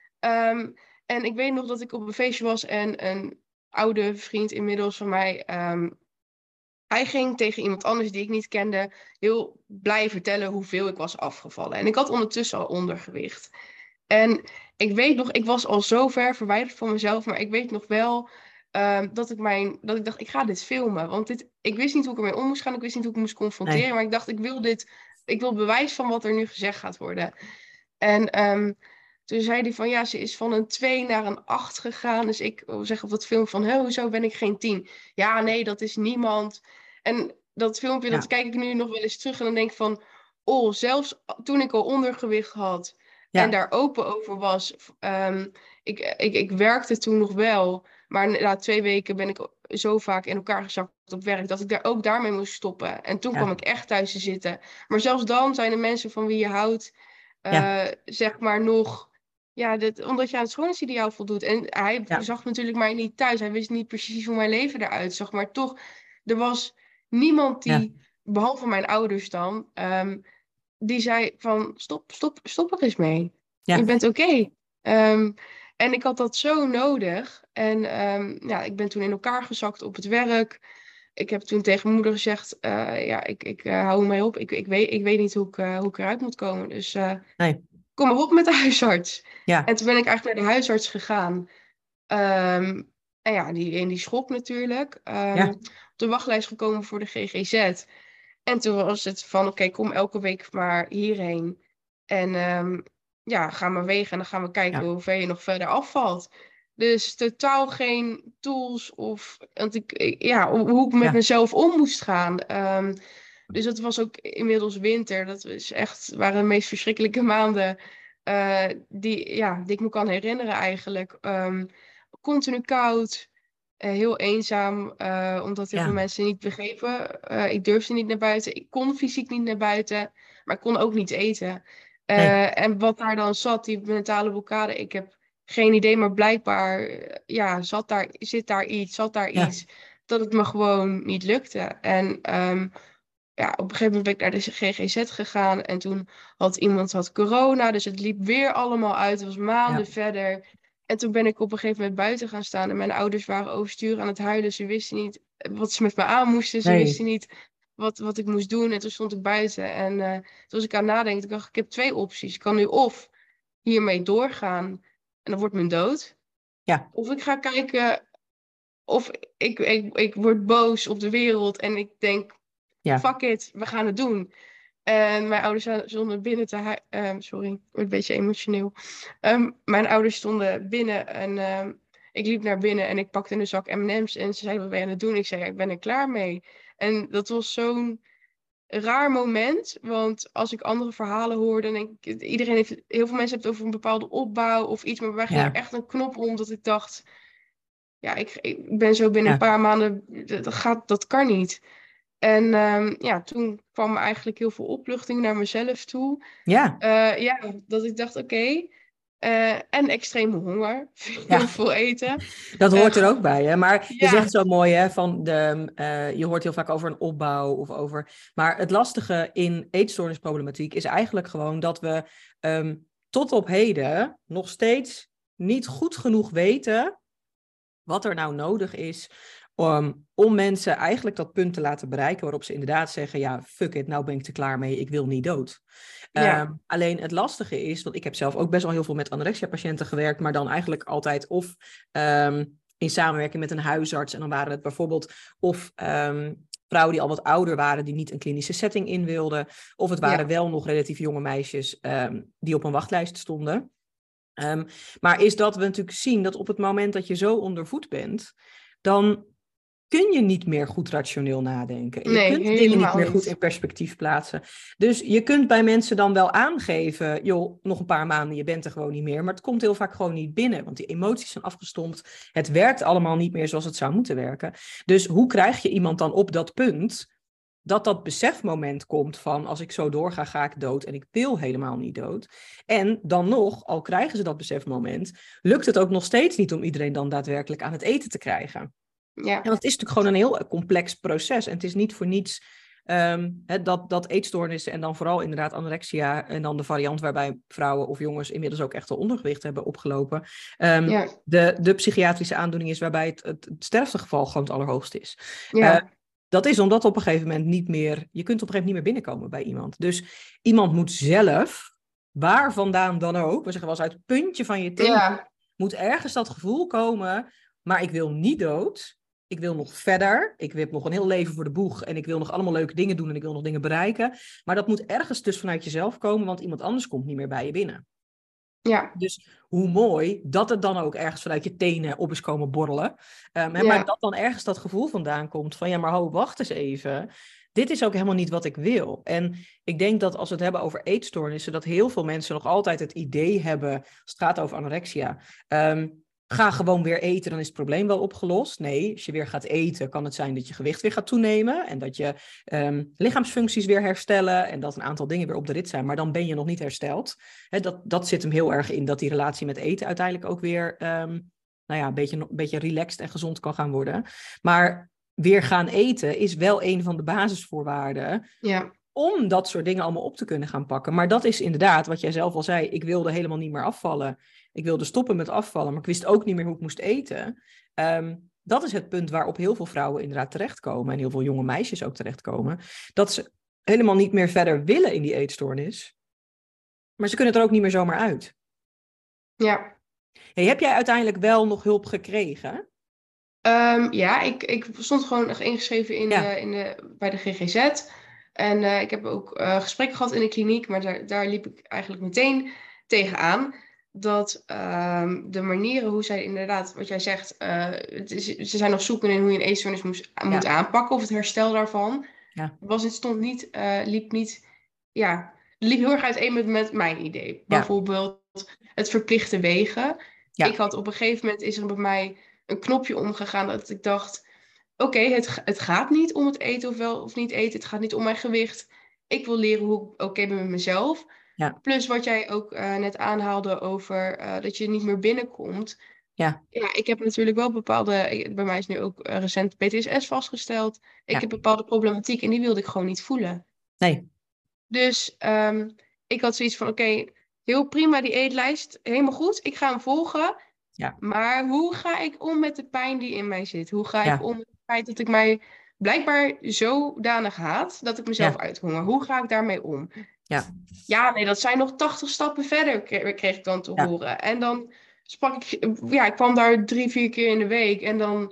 Um, en ik weet nog dat ik op een feestje was en een oude vriend inmiddels van mij... Um, hij ging tegen iemand anders die ik niet kende heel blij vertellen hoeveel ik was afgevallen. En ik had ondertussen al ondergewicht. En ik weet nog, ik was al zo ver verwijderd van mezelf, maar ik weet nog wel uh, dat, ik mijn, dat ik dacht, ik ga dit filmen. Want dit, ik wist niet hoe ik ermee om moest gaan, ik wist niet hoe ik moest confronteren, nee. Maar ik dacht, ik wil dit, ik wil bewijs van wat er nu gezegd gaat worden. En um, toen zei hij van, ja, ze is van een twee naar een acht gegaan. Dus ik zeg op dat film van, hoezo ben ik geen tien? Ja, nee, dat is niemand. En dat filmpje, ja. dat kijk ik nu nog wel eens terug en dan denk ik van, oh, zelfs toen ik al ondergewicht had ja. en daar open over was. Um, ik, ik, ik werkte toen nog wel, maar na twee weken ben ik zo vaak in elkaar gezakt op werk, dat ik daar ook daarmee moest stoppen. En toen ja. kwam ik echt thuis te zitten. Maar zelfs dan zijn de mensen van wie je houdt, uh, ja. zeg maar nog... Ja, dit, omdat je aan het schoonheidsideaal voldoet. En hij ja. zag natuurlijk mij niet thuis. Hij wist niet precies hoe mijn leven eruit zag. Maar toch, er was niemand die, ja. behalve mijn ouders dan, um, die zei van stop, stop, stop er eens mee. Ja. Je bent oké. Okay. Um, en ik had dat zo nodig. En um, ja, ik ben toen in elkaar gezakt op het werk. Ik heb toen tegen mijn moeder gezegd, uh, ja, ik, ik uh, hou me mee op. Ik, ik, weet, ik weet niet hoe ik, uh, hoe ik eruit moet komen. Dus uh, nee. kom maar op met de huisarts. Ja. En toen ben ik eigenlijk naar de huisarts gegaan. Um, en ja, die, in die schok natuurlijk. Um, ja. Op de wachtlijst gekomen voor de G G Z. En toen was het van, oké, okay, kom elke week maar hierheen. En um, ja, ga maar wegen en dan gaan we kijken ja. hoe ver je nog verder afvalt. Dus totaal geen tools of want ik, ja, hoe ik met ja. mezelf om moest gaan. Um, dus dat was ook inmiddels winter. Dat was echt, waren de meest verschrikkelijke maanden uh, die, ja, die ik me kan herinneren eigenlijk. Um, continu koud, uh, heel eenzaam, uh, omdat heel ja. veel mensen niet begrepen. Uh, ik durfde niet naar buiten. Ik kon fysiek niet naar buiten, maar ik kon ook niet eten. Uh, nee. En wat daar dan zat, die mentale blokkade, ik heb geen idee, maar blijkbaar ja, zat daar, zit daar iets, zat daar ja. iets, dat het me gewoon niet lukte. En um, ja, op een gegeven moment ben ik naar de G G Z gegaan en toen had iemand had corona, dus het liep weer allemaal uit. Het was maanden ja. verder. En toen ben ik op een gegeven moment buiten gaan staan en mijn ouders waren overstuur aan het huilen. Ze wisten niet wat ze met me aan moesten. Ze nee. wisten niet wat, wat ik moest doen. En toen stond ik buiten en uh, toen was ik aan het nadenken. Ik dacht, ik heb twee opties. Ik kan nu of hiermee doorgaan en dan wordt mijn dood. Ja. Of ik ga kijken of ik, ik, ik word boos op de wereld en ik denk, ja. fuck it, we gaan het doen. En mijn ouders stonden binnen te hu- um, sorry, ik word een beetje emotioneel. Um, mijn ouders stonden binnen en um, ik liep naar binnen en ik pakte een zak M en M's en ze zeiden, wat ben je aan het doen? Ik zei, ja, ik ben er klaar mee. En dat was zo'n raar moment, want als ik andere verhalen hoor, dan denk ik, iedereen heeft, heel veel mensen hebben het over een bepaalde opbouw of iets, maar bij mij ging er echt een knop om dat ik dacht, ja, ik, ik ben zo binnen ja. een paar maanden, dat, gaat, dat kan niet. En um, ja, toen kwam eigenlijk heel veel opluchting naar mezelf toe. Ja. Uh, ja, dat ik dacht, oké. Okay, uh, en extreme honger. Heel ja. veel eten. Dat hoort uh, er ook bij, hè? Maar ja. je zegt zo mooi, hè? Van de, uh, je hoort heel vaak over een opbouw of over... Maar het lastige in eetstoornisproblematiek is eigenlijk gewoon dat we um, tot op heden nog steeds niet goed genoeg weten wat er nou nodig is Um, om mensen eigenlijk dat punt te laten bereiken waarop ze inderdaad zeggen, ja, fuck it, nou ben ik er klaar mee, ik wil niet dood. Ja. Um, alleen het lastige is, want ik heb zelf ook best wel heel veel met anorexia-patiënten gewerkt, maar dan eigenlijk altijd of um, in samenwerking met een huisarts, en dan waren het bijvoorbeeld of um, vrouwen die al wat ouder waren, die niet een klinische setting in wilden, of het waren ja. wel nog relatief jonge meisjes um, die op een wachtlijst stonden. Um, maar is dat we natuurlijk zien dat op het moment dat je zo ondervoed bent, dan kun je niet meer goed rationeel nadenken. En je Nee, kunt dingen niet meer niet. goed in perspectief plaatsen. Dus je kunt bij mensen dan wel aangeven, joh, nog een paar maanden, je bent er gewoon niet meer. Maar het komt heel vaak gewoon niet binnen, want die emoties zijn afgestompt. Het werkt allemaal niet meer zoals het zou moeten werken. Dus hoe krijg je iemand dan op dat punt dat dat besefmoment komt van, als ik zo doorga, ga ik dood en ik wil helemaal niet dood. En dan nog, al krijgen ze dat besefmoment, lukt het ook nog steeds niet om iedereen dan daadwerkelijk aan het eten te krijgen. Ja. En dat is natuurlijk gewoon een heel complex proces. En het is niet voor niets um, he, dat, dat eetstoornissen en dan vooral inderdaad anorexia en dan de variant waarbij vrouwen of jongens inmiddels ook echt al ondergewicht hebben opgelopen. Um, ja. de, de psychiatrische aandoening is waarbij het, het, het sterftegeval gewoon het allerhoogst is. Ja. Uh, dat is omdat op een gegeven moment niet meer, je kunt op een gegeven moment niet meer binnenkomen bij iemand. Dus iemand moet zelf, waar vandaan dan ook, we zeggen wel eens uit het puntje van je teen, ja. moet ergens dat gevoel komen, maar ik wil niet dood. Ik wil nog verder, ik heb nog een heel leven voor de boeg en ik wil nog allemaal leuke dingen doen en ik wil nog dingen bereiken. Maar dat moet ergens dus vanuit jezelf komen, want iemand anders komt niet meer bij je binnen. Ja. Dus hoe mooi dat het dan ook ergens vanuit je tenen op is komen borrelen. Um, ja. Maar dat dan ergens dat gevoel vandaan komt van ja, maar ho, wacht eens even. Dit is ook helemaal niet wat ik wil. En ik denk dat als we het hebben over eetstoornissen, dat heel veel mensen nog altijd het idee hebben, als het gaat over anorexia, um, ga gewoon weer eten, dan is het probleem wel opgelost. Nee, als je weer gaat eten, kan het zijn dat je gewicht weer gaat toenemen en dat je um, lichaamsfuncties weer herstellen en dat een aantal dingen weer op de rit zijn, maar dan ben je nog niet hersteld. He, dat, dat zit hem heel erg in, dat die relatie met eten uiteindelijk ook weer um, nou ja, een beetje, een beetje relaxed en gezond kan gaan worden. Maar weer gaan eten is wel een van de basisvoorwaarden. Ja. Om dat soort dingen allemaal op te kunnen gaan pakken. Maar dat is inderdaad, wat jij zelf al zei, ik wilde helemaal niet meer afvallen. Ik wilde stoppen met afvallen, maar ik wist ook niet meer hoe ik moest eten. Um, dat is het punt waarop heel veel vrouwen inderdaad terechtkomen. En heel veel jonge meisjes ook terechtkomen. Dat ze helemaal niet meer verder willen in die eetstoornis. Maar ze kunnen er ook niet meer zomaar uit. Ja. Hey, heb jij uiteindelijk wel nog hulp gekregen? Um, ja, ik, ik stond gewoon nog ingeschreven in ja. de, in de, bij de G G Z. En uh, ik heb ook uh, gesprekken gehad in de kliniek, maar daar, daar liep ik eigenlijk meteen tegenaan. Dat uh, de manieren hoe zij inderdaad, wat jij zegt, uh, het is, ze zijn nog zoeken in hoe je een eetstoornis moest, ja. moet aanpakken, of het herstel daarvan. Ja. Was het stond niet, uh, liep niet, ja, liep heel erg uiteen met, met mijn idee. Ja. Bijvoorbeeld het verplichte wegen. Ja. Ik had op een gegeven moment, is er bij mij een knopje omgegaan dat ik dacht, oké, okay, het, het gaat niet om het eten of wel of niet eten. Het gaat niet om mijn gewicht. Ik wil leren hoe ik oké okay ben met mezelf. Ja. Plus wat jij ook uh, net aanhaalde over uh, dat je niet meer binnenkomt. Ja. Ja, ik heb natuurlijk wel bepaalde, bij mij is nu ook uh, recent P T S S vastgesteld. Ik ja. heb bepaalde problematiek en die wilde ik gewoon niet voelen. Nee. Dus um, ik had zoiets van, oké, okay, heel prima die eetlijst, helemaal goed. Ik ga hem volgen. Ja. Maar hoe ga ik om met de pijn die in mij zit? Hoe ga ja. ik om met het feit dat ik mij blijkbaar zodanig haat dat ik mezelf ja. uithonger? Hoe ga ik daarmee om? Ja. Ja, nee, dat zijn nog tachtig stappen verder, kreeg ik dan te ja. horen. En dan sprak ik, ja, ik kwam daar drie, vier keer in de week. En dan,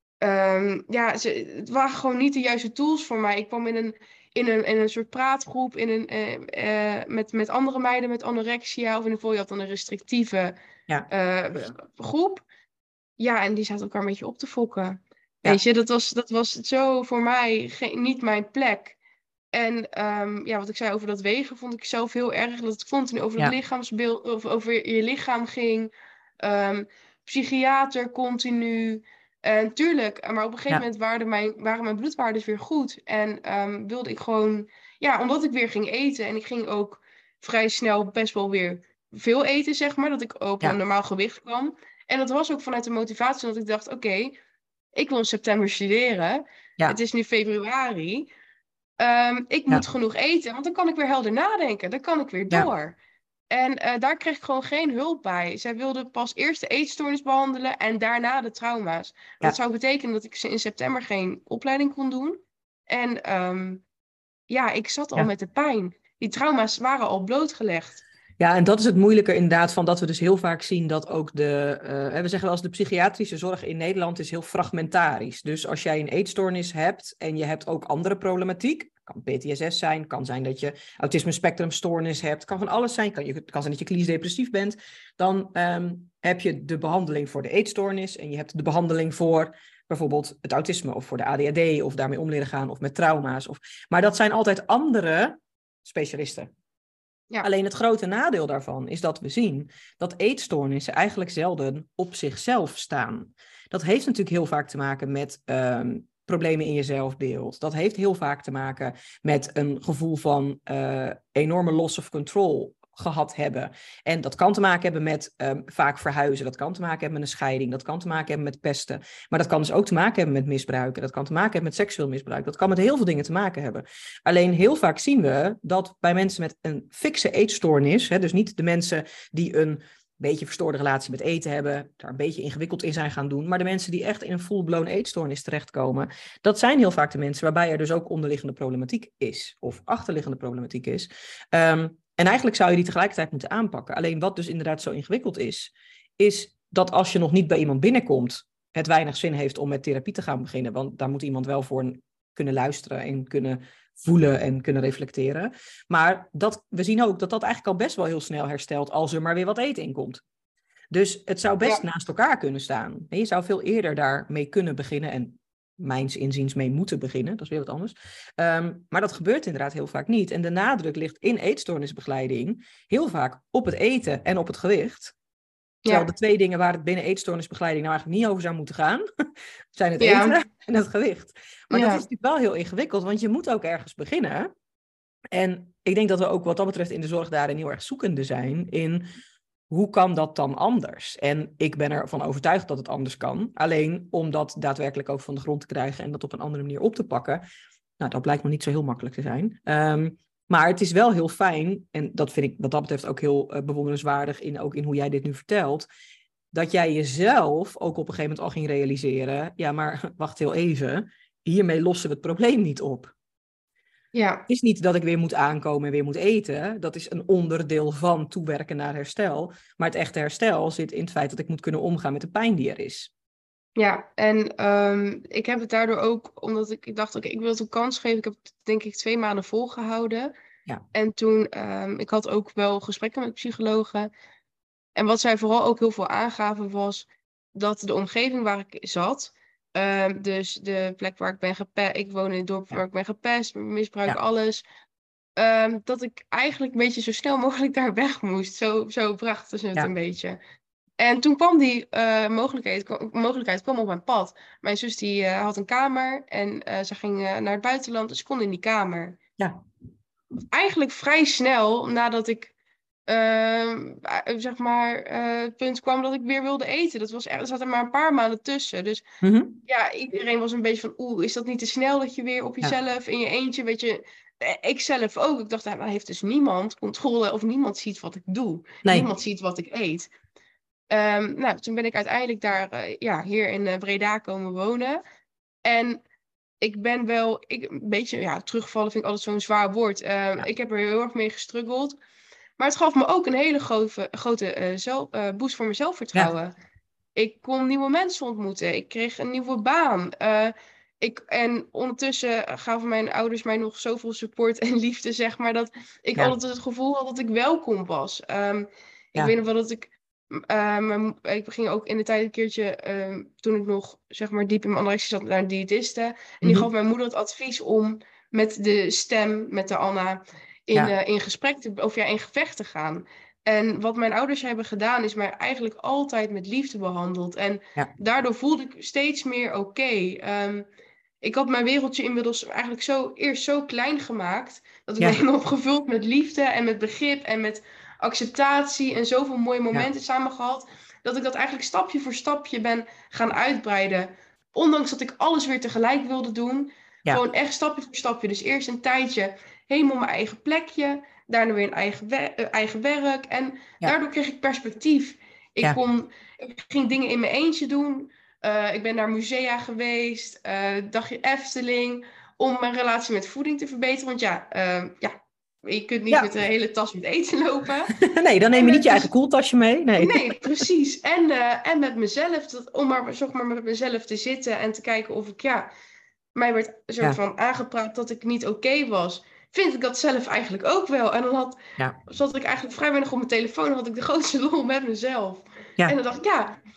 um, ja, ze, het waren gewoon niet de juiste tools voor mij. Ik kwam in een, in een, in een soort praatgroep in een, uh, uh, met, met andere meiden met anorexia. Of in ieder geval, je had dan een restrictieve ja. uh, groep. Ja, en die zaten elkaar een beetje op te fokken. Ja. Weet je, dat was, dat was zo voor mij geen, niet mijn plek. En um, ja, wat ik zei over dat wegen vond ik zelf heel erg. Dat het continu over het ja. lichaamsbeeld, of over je lichaam ging. Um, psychiater continu. En tuurlijk, maar op een gegeven ja. moment waren mijn, waren mijn bloedwaardes weer goed. En um, wilde ik gewoon, ja, omdat ik weer ging eten. En ik ging ook vrij snel best wel weer veel eten, zeg maar. Dat ik op ja. een normaal gewicht kwam. En dat was ook vanuit de motivatie dat ik dacht, oké, okay, ik wil in september studeren. Ja. Het is nu februari. Um, ik moet ja. genoeg eten, want dan kan ik weer helder nadenken. Dan kan ik weer door. Ja. En uh, daar kreeg ik gewoon geen hulp bij. Zij wilden pas eerst de eetstoornis behandelen en daarna de trauma's. Ja. Dat zou betekenen dat ik in september geen opleiding kon doen. En um, ja, ik zat al ja. met de pijn. Die trauma's waren al blootgelegd. Ja, en dat is het moeilijke inderdaad van dat we dus heel vaak zien dat ook de, uh, we zeggen wel eens de psychiatrische zorg in Nederland is heel fragmentarisch. Dus als jij een eetstoornis hebt en je hebt ook andere problematiek, kan P T S S zijn, kan zijn dat je autisme spectrumstoornis hebt, kan van alles zijn, kan, je, kan zijn dat je klinisch depressief bent, dan um, heb je de behandeling voor de eetstoornis en je hebt de behandeling voor bijvoorbeeld het autisme of voor de A D H D of daarmee om leren gaan of met trauma's. Of... Maar dat zijn altijd andere specialisten. Ja. Alleen het grote nadeel daarvan is dat we zien dat eetstoornissen eigenlijk zelden op zichzelf staan. Dat heeft natuurlijk heel vaak te maken met um, problemen in je zelfbeeld. Dat heeft heel vaak te maken met een gevoel van uh, enorme loss of control gehad hebben. En dat kan te maken hebben met um, vaak verhuizen. Dat kan te maken hebben met een scheiding. Dat kan te maken hebben met pesten. Maar dat kan dus ook te maken hebben met misbruiken. Dat kan te maken hebben met seksueel misbruik. Dat kan met heel veel dingen te maken hebben. Alleen heel vaak zien we dat bij mensen met een fikse eetstoornis, hè, dus niet de mensen die een beetje verstoorde relatie met eten hebben, daar een beetje ingewikkeld in zijn gaan doen, maar de mensen die echt in een full-blown eetstoornis terechtkomen, dat zijn heel vaak de mensen waarbij er dus ook onderliggende problematiek is, of achterliggende problematiek is. Um, En eigenlijk zou je die tegelijkertijd moeten aanpakken. Alleen wat dus inderdaad zo ingewikkeld is, is dat als je nog niet bij iemand binnenkomt, het weinig zin heeft om met therapie te gaan beginnen. Want daar moet iemand wel voor kunnen luisteren en kunnen voelen en kunnen reflecteren. Maar dat, we zien ook dat dat eigenlijk al best wel heel snel herstelt als er maar weer wat eten in komt. Dus het zou best ja. naast elkaar kunnen staan. En je zou veel eerder daarmee kunnen beginnen en mijns inziens mee moeten beginnen, dat is weer wat anders. Um, maar dat gebeurt inderdaad heel vaak niet. En de nadruk ligt in eetstoornisbegeleiding heel vaak op het eten en op het gewicht. Terwijl ja. de twee dingen waar het binnen eetstoornisbegeleiding nou eigenlijk niet over zou moeten gaan, zijn het eten ja. en het gewicht. Maar ja. dat is natuurlijk wel heel ingewikkeld, want je moet ook ergens beginnen. En ik denk dat we ook wat dat betreft in de zorg daarin heel erg zoekende zijn in hoe kan dat dan anders? En ik ben ervan overtuigd dat het anders kan. Alleen om dat daadwerkelijk ook van de grond te krijgen en dat op een andere manier op te pakken. Nou, dat blijkt nog niet zo heel makkelijk te zijn. Um, maar het is wel heel fijn, en dat vind ik wat dat betreft ook heel uh, bewonderenswaardig, in, ook in hoe jij dit nu vertelt, dat jij jezelf ook op een gegeven moment al ging realiseren, ja, maar wacht heel even, hiermee lossen we het probleem niet op. Ja. Het is niet dat ik weer moet aankomen en weer moet eten. Dat is een onderdeel van toewerken naar herstel. Maar het echte herstel zit in het feit dat ik moet kunnen omgaan met de pijn die er is. Ja, en um, ik heb het daardoor ook, omdat ik, ik dacht, oké, okay, ik wil het een kans geven. Ik heb het denk ik twee maanden volgehouden. Ja. En toen, um, ik had ook wel gesprekken met psychologen. En wat zij vooral ook heel veel aangaven was dat de omgeving waar ik zat, Um, dus de plek waar ik ben gepest, ik woon in het dorp ja. waar ik ben gepest, misbruik, ja. alles. Um, dat ik eigenlijk een beetje zo snel mogelijk daar weg moest. Zo, zo brachten ze het ja. een beetje. En toen kwam die uh, mogelijkheid, kwam, mogelijkheid kwam op mijn pad. Mijn zus die uh, had een kamer en uh, ze ging uh, naar het buitenland, dus ik kon in die kamer. Ja. Eigenlijk vrij snel nadat ik Uh, zeg maar, uh, het punt kwam dat ik weer wilde eten. Dat was, er zat er maar een paar maanden tussen. Dus mm-hmm. ja, iedereen was een beetje van, oeh, is dat niet te snel dat je weer op jezelf ja. in je eentje, weet je, ik zelf ook. Ik dacht, nou, dan heeft dus niemand controle of niemand ziet wat ik doe. Nee. Niemand ziet wat ik eet. Um, nou, toen ben ik uiteindelijk daar, uh, ja, hier in uh, Breda komen wonen. En ik ben wel, ik, een beetje, ja, terugvallen vind ik altijd zo'n zwaar woord. Uh, ja. Ik heb er heel erg mee gestruggeld. Maar het gaf me ook een hele grote, grote uh, zelf, uh, boost voor mijn zelfvertrouwen. Ja. Ik kon nieuwe mensen ontmoeten. Ik kreeg een nieuwe baan. Uh, ik, en ondertussen gaven mijn ouders mij nog zoveel support en liefde, zeg maar, dat ik ja. altijd het gevoel had dat ik welkom was. Um, ik ja. weet nog wel dat ik... Uh, mijn, ik ging ook in de tijd een keertje, uh, toen ik nog, zeg maar, diep in mijn anorexie zat, naar een diëtiste. En mm-hmm. die gaf mijn moeder het advies om met de stem, met de Anna, in, ja. uh, in gesprek te, of ja, in gevecht te gaan. En wat mijn ouders hebben gedaan, is mij eigenlijk altijd met liefde behandeld. En ja. daardoor voelde ik steeds meer oké. Okay. Um, ik had mijn wereldje inmiddels eigenlijk zo, eerst zo klein gemaakt, dat ik ja. me helemaal opgevuld met liefde en met begrip en met acceptatie en zoveel mooie momenten ja. samen gehad, dat ik dat eigenlijk stapje voor stapje ben gaan uitbreiden. Ondanks dat ik alles weer tegelijk wilde doen. Ja. Gewoon echt stapje voor stapje. Dus eerst een tijdje helemaal mijn eigen plekje. Daarna weer een eigen, wer- uh, eigen werk. En ja. daardoor kreeg ik perspectief. Ik, ja. kon, ik ging dingen in mijn eentje doen. Uh, ik ben naar musea geweest. Uh, dagje Efteling. Om mijn relatie met voeding te verbeteren. Want ja, uh, ja je kunt niet ja. met een hele tas met eten lopen. Nee, dan neem je niet je eigen koeltasje mee. Nee, nee precies. En, uh, en met mezelf. Dat, om maar, zeg maar met mezelf te zitten en te kijken of ik... ja, mij werd een soort ja. van aangepraat dat ik niet oké okay was. Vind ik dat zelf eigenlijk ook wel. En dan had, ja. zat ik eigenlijk vrij weinig op mijn telefoon. Dan had ik de grootste lol met mezelf. Ja. En dan dacht ik, ja,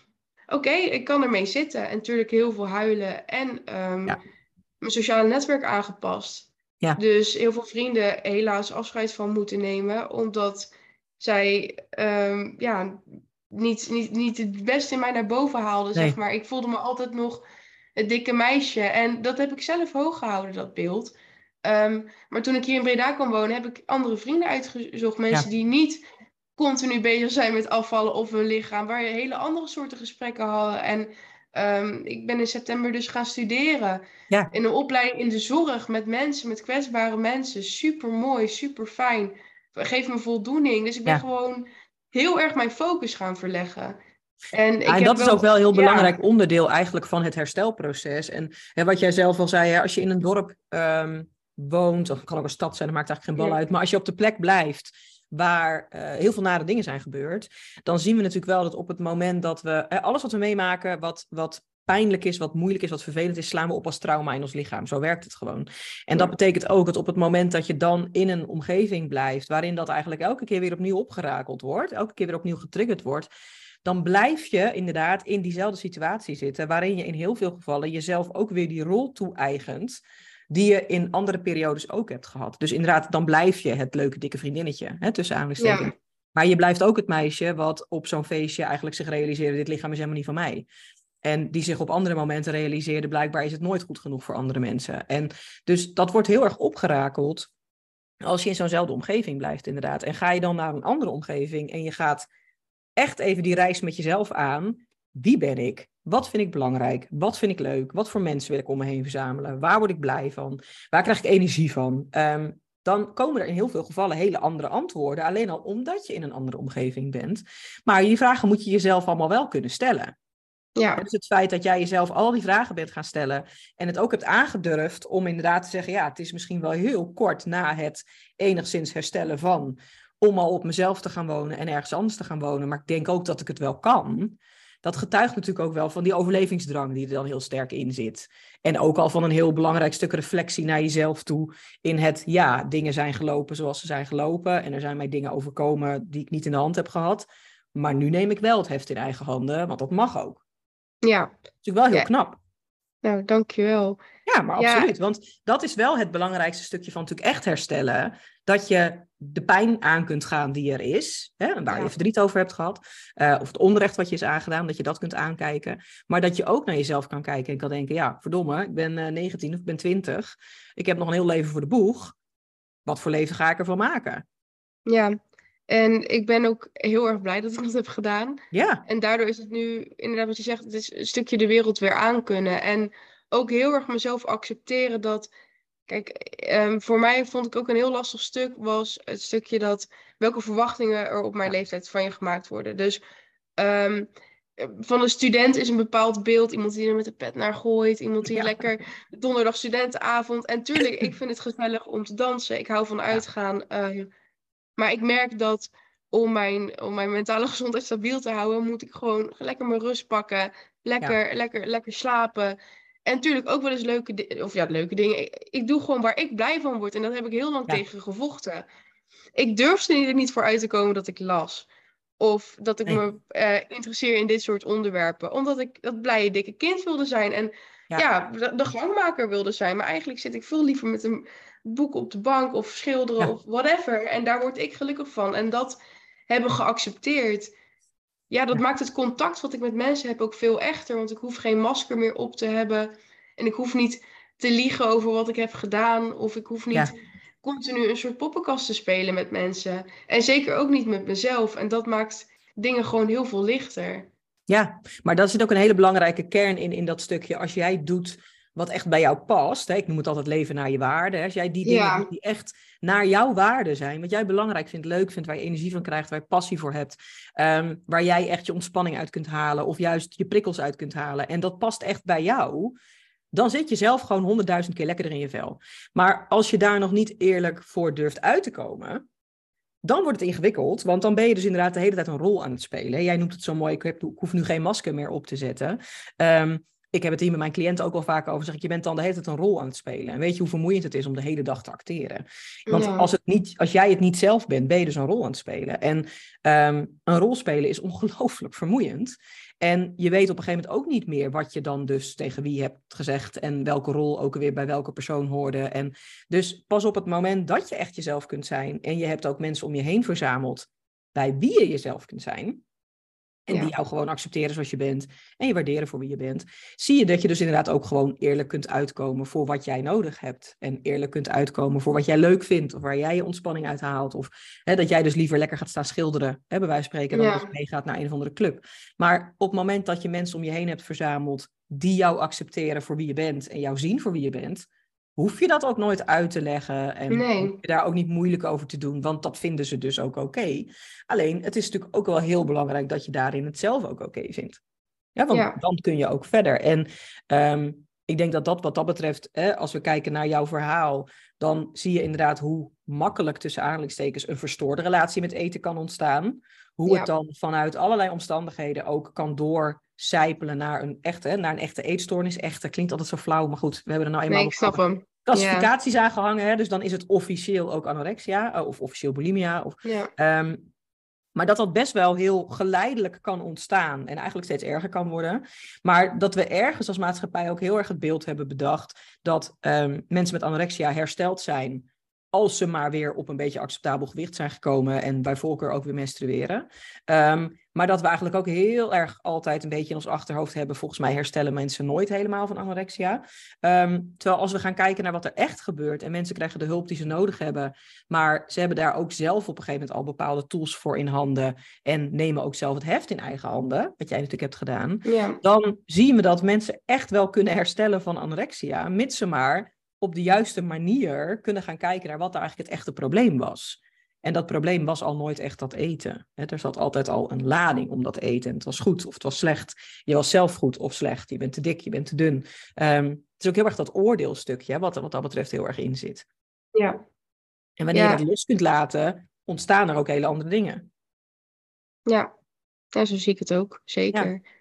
oké, okay, ik kan ermee zitten. En natuurlijk heel veel huilen en um, ja. mijn sociale netwerk aangepast. Ja. Dus heel veel vrienden helaas afscheid van moeten nemen, omdat zij um, ja, niet, niet, niet het beste in mij naar boven haalden, nee. zeg maar. Ik voelde me altijd nog het dikke meisje. En dat heb ik zelf hoog gehouden, dat beeld. Um, maar toen ik hier in Breda kwam wonen, heb ik andere vrienden uitgezocht. Mensen ja. die niet continu bezig zijn met afvallen of hun lichaam, waar je hele andere soorten gesprekken hadden. En um, ik ben in september dus gaan studeren. Ja. In een opleiding in de zorg met mensen, met kwetsbare mensen. Super mooi, super fijn. Geeft me voldoening. Dus ik ben ja. gewoon heel erg mijn focus gaan verleggen. En, ja, ik en heb dat wel... is ook wel een heel ja. belangrijk onderdeel eigenlijk van het herstelproces. En hè, wat jij zelf al zei, hè, als je in een dorp um, woont, of het kan ook een stad zijn, dat maakt eigenlijk geen bal ja. uit. Maar als je op de plek blijft waar uh, heel veel nare dingen zijn gebeurd, dan zien we natuurlijk wel dat op het moment dat we... Hè, alles wat we meemaken, wat, wat pijnlijk is, wat moeilijk is, wat vervelend is, slaan we op als trauma in ons lichaam. Zo werkt het gewoon. En ja. dat betekent ook dat op het moment dat je dan in een omgeving blijft, waarin dat eigenlijk elke keer weer opnieuw opgerakeld wordt, elke keer weer opnieuw getriggerd wordt, dan blijf je inderdaad in diezelfde situatie zitten, waarin je in heel veel gevallen jezelf ook weer die rol toe-eigent, die je in andere periodes ook hebt gehad. Dus inderdaad, dan blijf je het leuke dikke vriendinnetje, hè, tussen aanhalingstekens. Ja. Maar je blijft ook het meisje wat op zo'n feestje eigenlijk zich realiseerde, dit lichaam is helemaal niet van mij. En die zich op andere momenten realiseerde, blijkbaar is het nooit goed genoeg voor andere mensen. En dus dat wordt heel erg opgerakeld als je in zo'nzelfde omgeving blijft inderdaad. En ga je dan naar een andere omgeving en je gaat echt even die reis met jezelf aan. Wie ben ik? Wat vind ik belangrijk? Wat vind ik leuk? Wat voor mensen wil ik om me heen verzamelen? Waar word ik blij van? Waar krijg ik energie van? Um, dan komen er in heel veel gevallen hele andere antwoorden. Alleen al omdat je in een andere omgeving bent. Maar die vragen moet je jezelf allemaal wel kunnen stellen. Ja. Dus het feit dat jij jezelf al die vragen bent gaan stellen en het ook hebt aangedurfd om inderdaad te zeggen, ja, het is misschien wel heel kort na het enigszins herstellen van, om al op mezelf te gaan wonen en ergens anders te gaan wonen, maar ik denk ook dat ik het wel kan. Dat getuigt natuurlijk ook wel van die overlevingsdrang die er dan heel sterk in zit. En ook al van een heel belangrijk stuk reflectie naar jezelf toe in het, ja, dingen zijn gelopen zoals ze zijn gelopen en er zijn mij dingen overkomen die ik niet in de hand heb gehad, maar nu neem ik wel het heft in eigen handen, want dat mag ook. Ja. Dat is natuurlijk wel heel ja. knap. Nou, dankjewel. Ja, maar absoluut. Ja. Want dat is wel het belangrijkste stukje van natuurlijk echt herstellen. Dat je de pijn aan kunt gaan die er is. Hè, waar ja. je verdriet over hebt gehad. Uh, of het onrecht wat je is aangedaan. Dat je dat kunt aankijken. Maar dat je ook naar jezelf kan kijken. En kan denken, ja, verdomme. Ik ben uh, negentien of ik ben twintig. Ik heb nog een heel leven voor de boeg. Wat voor leven ga ik ervan maken? Ja. En ik ben ook heel erg blij dat ik dat heb gedaan. Ja. En daardoor is het nu, inderdaad wat je zegt, het is een stukje de wereld weer aankunnen. En ook heel erg mezelf accepteren dat... Kijk, um, voor mij vond ik ook een heel lastig stuk was het stukje dat... welke verwachtingen er op mijn leeftijd van je gemaakt worden. Dus um, van een student is een bepaald beeld. Iemand die er met de pet naar gooit. Iemand die ja. lekker donderdag studentenavond. En tuurlijk, ik vind het gezellig om te dansen. Ik hou van uitgaan. Uh, Maar ik merk dat om mijn, om mijn mentale gezondheid stabiel te houden, moet ik gewoon lekker mijn rust pakken. Lekker, ja. lekker, lekker slapen. En natuurlijk ook wel eens leuke dingen. Of ja, leuke dingen. Ik, ik doe gewoon waar ik blij van word. En dat heb ik heel lang ja. tegen gevochten. Ik durfde er niet voor uit te komen dat ik las. Of dat ik nee. me uh, interesseer in dit soort onderwerpen. Omdat ik dat blije dikke kind wilde zijn. En ja, ja de, de gangmaker wilde zijn. Maar eigenlijk zit ik veel liever met een boek op de bank of schilderen ja. of whatever. En daar word ik gelukkig van. En dat hebben geaccepteerd. Ja, dat ja. maakt het contact wat ik met mensen heb ook veel echter. Want ik hoef geen masker meer op te hebben. En ik hoef niet te liegen over wat ik heb gedaan. Of ik hoef niet ja. continu een soort poppenkast te spelen met mensen. En zeker ook niet met mezelf. En dat maakt dingen gewoon heel veel lichter. Ja, maar dat zit ook een hele belangrijke kern in, in dat stukje. Als jij doet wat echt bij jou past. Hè? Ik noem het altijd leven naar je waarde. Hè? Als jij die dingen ja. doet die echt naar jouw waarde zijn. Wat jij belangrijk vindt, leuk vindt, waar je energie van krijgt, waar je passie voor hebt. Um, waar jij echt je ontspanning uit kunt halen. Of juist je prikkels uit kunt halen. En dat past echt bij jou. Dan zit je zelf gewoon honderdduizend keer lekkerder in je vel. Maar als je daar nog niet eerlijk voor durft uit te komen, dan wordt het ingewikkeld. Want dan ben je dus inderdaad de hele tijd een rol aan het spelen. Jij noemt het zo mooi, ik, heb, ik hoef nu geen masker meer op te zetten. Um, ik heb het hier met mijn cliënten ook wel vaak over. Zeg ik, je bent dan de hele tijd een rol aan het spelen. En weet je hoe vermoeiend het is om de hele dag te acteren? Want Ja. als, het niet, als jij het niet zelf bent, ben je dus een rol aan het spelen. En um, een rol spelen is ongelooflijk vermoeiend. En je weet op een gegeven moment ook niet meer wat je dan dus tegen wie hebt gezegd en welke rol ook weer bij welke persoon hoorde. En dus pas op het moment dat je echt jezelf kunt zijn en je hebt ook mensen om je heen verzameld bij wie je jezelf kunt zijn en ja. die jou gewoon accepteren zoals je bent en je waarderen voor wie je bent, zie je dat je dus inderdaad ook gewoon eerlijk kunt uitkomen voor wat jij nodig hebt en eerlijk kunt uitkomen voor wat jij leuk vindt of waar jij je ontspanning uit haalt of hè, dat jij dus liever lekker gaat staan schilderen, hè, bij wijze van spreken, dan ja. dus meegaat naar een of andere club. Maar op het moment dat je mensen om je heen hebt verzameld die jou accepteren voor wie je bent en jou zien voor wie je bent, hoef je dat ook nooit uit te leggen en nee. hoef je daar ook niet moeilijk over te doen, want dat vinden ze dus ook oké. Okay. Alleen, het is natuurlijk ook wel heel belangrijk dat je daarin het zelf ook oké okay vindt. Ja, want ja. dan kun je ook verder. En um, ik denk dat dat wat dat betreft, hè, als we kijken naar jouw verhaal, dan zie je inderdaad hoe makkelijk tussen aanhalingstekens een verstoorde relatie met eten kan ontstaan. Hoe ja. het dan vanuit allerlei omstandigheden ook kan doorcijpelen naar een echte, naar een echte eetstoornis. Echte klinkt altijd zo flauw, maar goed, we hebben er nou eenmaal nee, ik snap hem. klassificaties ja. aangehangen. Hè, dus dan is het officieel ook anorexia of officieel bulimia. Of, ja. um, maar dat dat best wel heel geleidelijk kan ontstaan en eigenlijk steeds erger kan worden. Maar dat we ergens als maatschappij ook heel erg het beeld hebben bedacht dat um, mensen met anorexia hersteld zijn als ze maar weer op een beetje acceptabel gewicht zijn gekomen en bij voorkeur ook weer menstrueren. Um, maar dat we eigenlijk ook heel erg altijd een beetje in ons achterhoofd hebben, volgens mij herstellen mensen nooit helemaal van anorexia. Um, terwijl als we gaan kijken naar wat er echt gebeurt en mensen krijgen de hulp die ze nodig hebben, maar ze hebben daar ook zelf op een gegeven moment al bepaalde tools voor in handen en nemen ook zelf het heft in eigen handen, wat jij natuurlijk hebt gedaan, ja. dan zien we dat mensen echt wel kunnen herstellen van anorexia, mits ze maar op de juiste manier kunnen gaan kijken naar wat er eigenlijk het echte probleem was. En dat probleem was al nooit echt dat eten. He, er zat altijd al een lading om dat eten. En het was goed of het was slecht. Je was zelf goed of slecht. Je bent te dik, je bent te dun. Um, het is ook heel erg dat oordeelstukje, wat, wat dat betreft heel erg in zit. Ja. En wanneer ja. je dat los kunt laten, ontstaan er ook hele andere dingen. Ja, ja zo zie ik het ook. Zeker. Ja,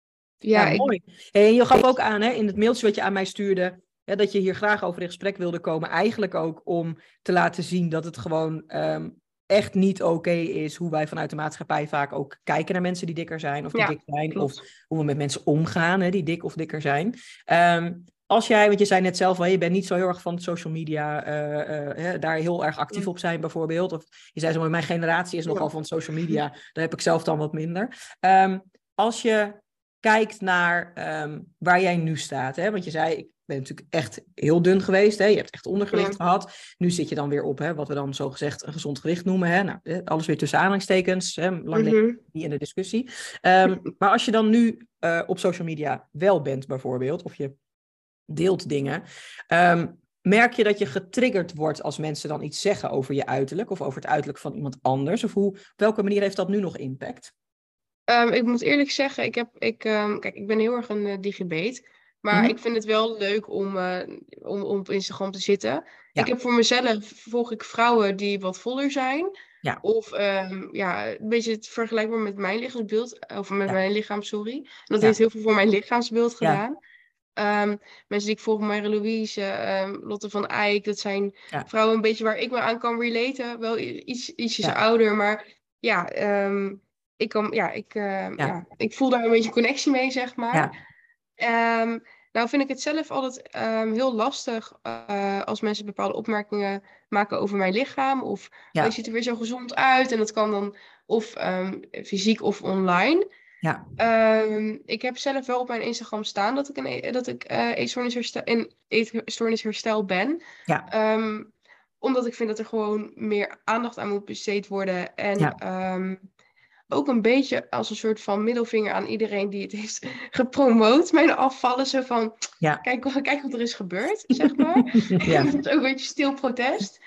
ja, ja ik... mooi. En je gaf ook aan, hè, in het mailtje wat je aan mij stuurde, ja, dat je hier graag over in gesprek wilde komen. Eigenlijk ook om te laten zien dat het gewoon um, echt niet oké okay is hoe wij vanuit de maatschappij vaak ook kijken naar mensen die dikker zijn of die ja, dik zijn. Klopt. Of hoe we met mensen omgaan, hè, die dik of dikker zijn. Um, als jij, want je zei net zelf, wel, je bent niet zo heel erg van social media, uh, uh, daar heel erg actief op zijn bijvoorbeeld. Of je zei zo, mijn generatie is nogal ja. van social media. Daar heb ik zelf dan wat minder. Um, als je kijkt naar um, waar jij nu staat, hè, want je zei, ik ben natuurlijk echt heel dun geweest, hè? Je hebt echt ondergewicht ja. gehad. Nu zit je dan weer op, hè, wat we dan zogezegd een gezond gewicht noemen. Hè? Nou, alles weer tussen aanhalingstekens, hè? Lang mm-hmm. niet in de discussie. Um, maar als je dan nu uh, op social media wel bent bijvoorbeeld, of je deelt dingen, um, merk je dat je getriggerd wordt als mensen dan iets zeggen over je uiterlijk of over het uiterlijk van iemand anders? Of hoe, op welke manier heeft dat nu nog impact? Um, ik moet eerlijk zeggen, ik, heb, ik, um, kijk, ik ben heel erg een uh, digibeet. Maar mm-hmm. ik vind het wel leuk om, uh, om, om op Instagram te zitten. Ja. Ik heb voor mezelf, volg ik vrouwen die wat voller zijn. Ja. Of um, ja, een beetje het vergelijkbaar met mijn lichaamsbeeld. Of met ja. mijn lichaam, sorry. En dat ja. heeft heel veel voor mijn lichaamsbeeld gedaan. Ja. Um, mensen die ik volg, Maire Louise, um, Lotte van Eyck. Dat zijn ja. vrouwen een beetje waar ik me aan kan relaten. Wel iets, ietsjes ja. ouder, maar ja... Um, ik, kan, ja, ik, uh, ja. Ja, ik voel daar een beetje connectie mee, zeg maar. Ja. Um, nou vind ik het zelf altijd um, heel lastig uh, als mensen bepaalde opmerkingen maken over mijn lichaam. Of ja. je ziet er weer zo gezond uit. En dat kan dan of um, fysiek of online. Ja. Um, ik heb zelf wel op mijn Instagram staan dat ik, een, dat ik uh, eetstoornisherstel, in eetstoornisherstel ben. Ja. Um, omdat ik vind dat er gewoon meer aandacht aan moet besteed worden. En... Ja. Um, ook een beetje als een soort van middelvinger aan iedereen die het heeft gepromoot. Mijn afvallen, zo van, ja. kijk, kijk wat er is gebeurd, zeg maar. Ja. Dat is ook een beetje stil protest.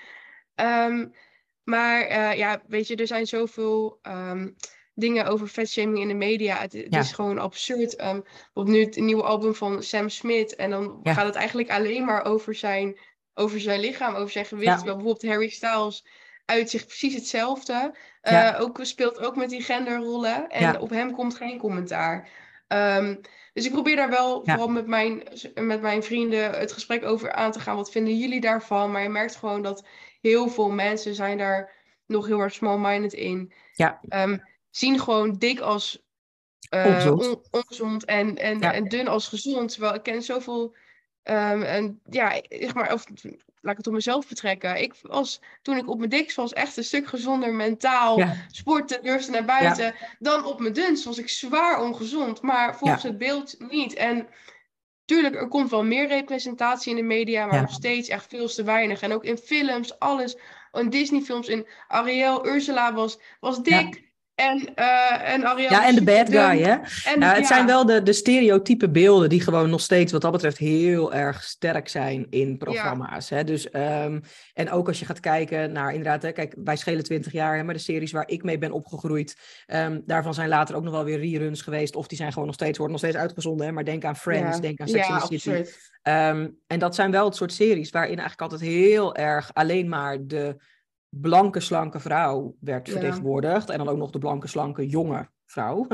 Um, maar uh, ja, weet je, er zijn zoveel um, dingen over fatshaming in de media. Het, het ja. is gewoon absurd. Um, op nu het nieuwe album van Sam Smith. En dan ja. gaat het eigenlijk alleen maar over zijn, over zijn lichaam, over zijn gewicht. Ja. Bijvoorbeeld Harry Styles uitzicht precies hetzelfde. Uh, ja. ook, speelt ook met die genderrollen. En ja. op hem komt geen commentaar. Um, dus ik probeer daar wel Ja. vooral met mijn, met mijn vrienden het gesprek over aan te gaan. Wat vinden jullie daarvan? Maar je merkt gewoon dat heel veel mensen zijn daar nog heel erg small-minded in. Ja. Um, zien gewoon dik als uh, ongezond, on, ongezond en, en, ja. en dun als gezond. Terwijl ik ken zoveel... Um, en ja, zeg maar, of laat ik het op mezelf betrekken. Ik was, toen ik op mijn dikst was, echt een stuk gezonder mentaal. Ja. Sporten, durfde naar buiten. Ja. Dan op mijn dunst was ik zwaar ongezond. Maar volgens Ja. het beeld niet. En tuurlijk, er komt wel meer representatie in de media. Maar Ja. nog steeds echt veel te weinig. En ook in films, alles. In Disney-films, in Ariel, Ursula was, was dik. Ja. En, uh, en Ariel Ja, en de bad guy, hè? En, ja, het ja. zijn wel de, de stereotype beelden die gewoon nog steeds wat dat betreft heel erg sterk zijn in programma's. Ja. Hè? Dus, um, en ook als je gaat kijken naar inderdaad, hè, kijk, wij schelen twintig jaar, hè, maar de series waar ik mee ben opgegroeid, um, daarvan zijn later ook nog wel weer reruns geweest. Of die zijn gewoon nog steeds, worden nog steeds uitgezonden. Hè? Maar denk aan Friends, ja. denk aan Sex ja, and the City. Um, en dat zijn wel het soort series waarin eigenlijk altijd heel erg alleen maar de blanke, slanke vrouw werd ja. vertegenwoordigd. En dan ook nog de blanke, slanke, jonge vrouw.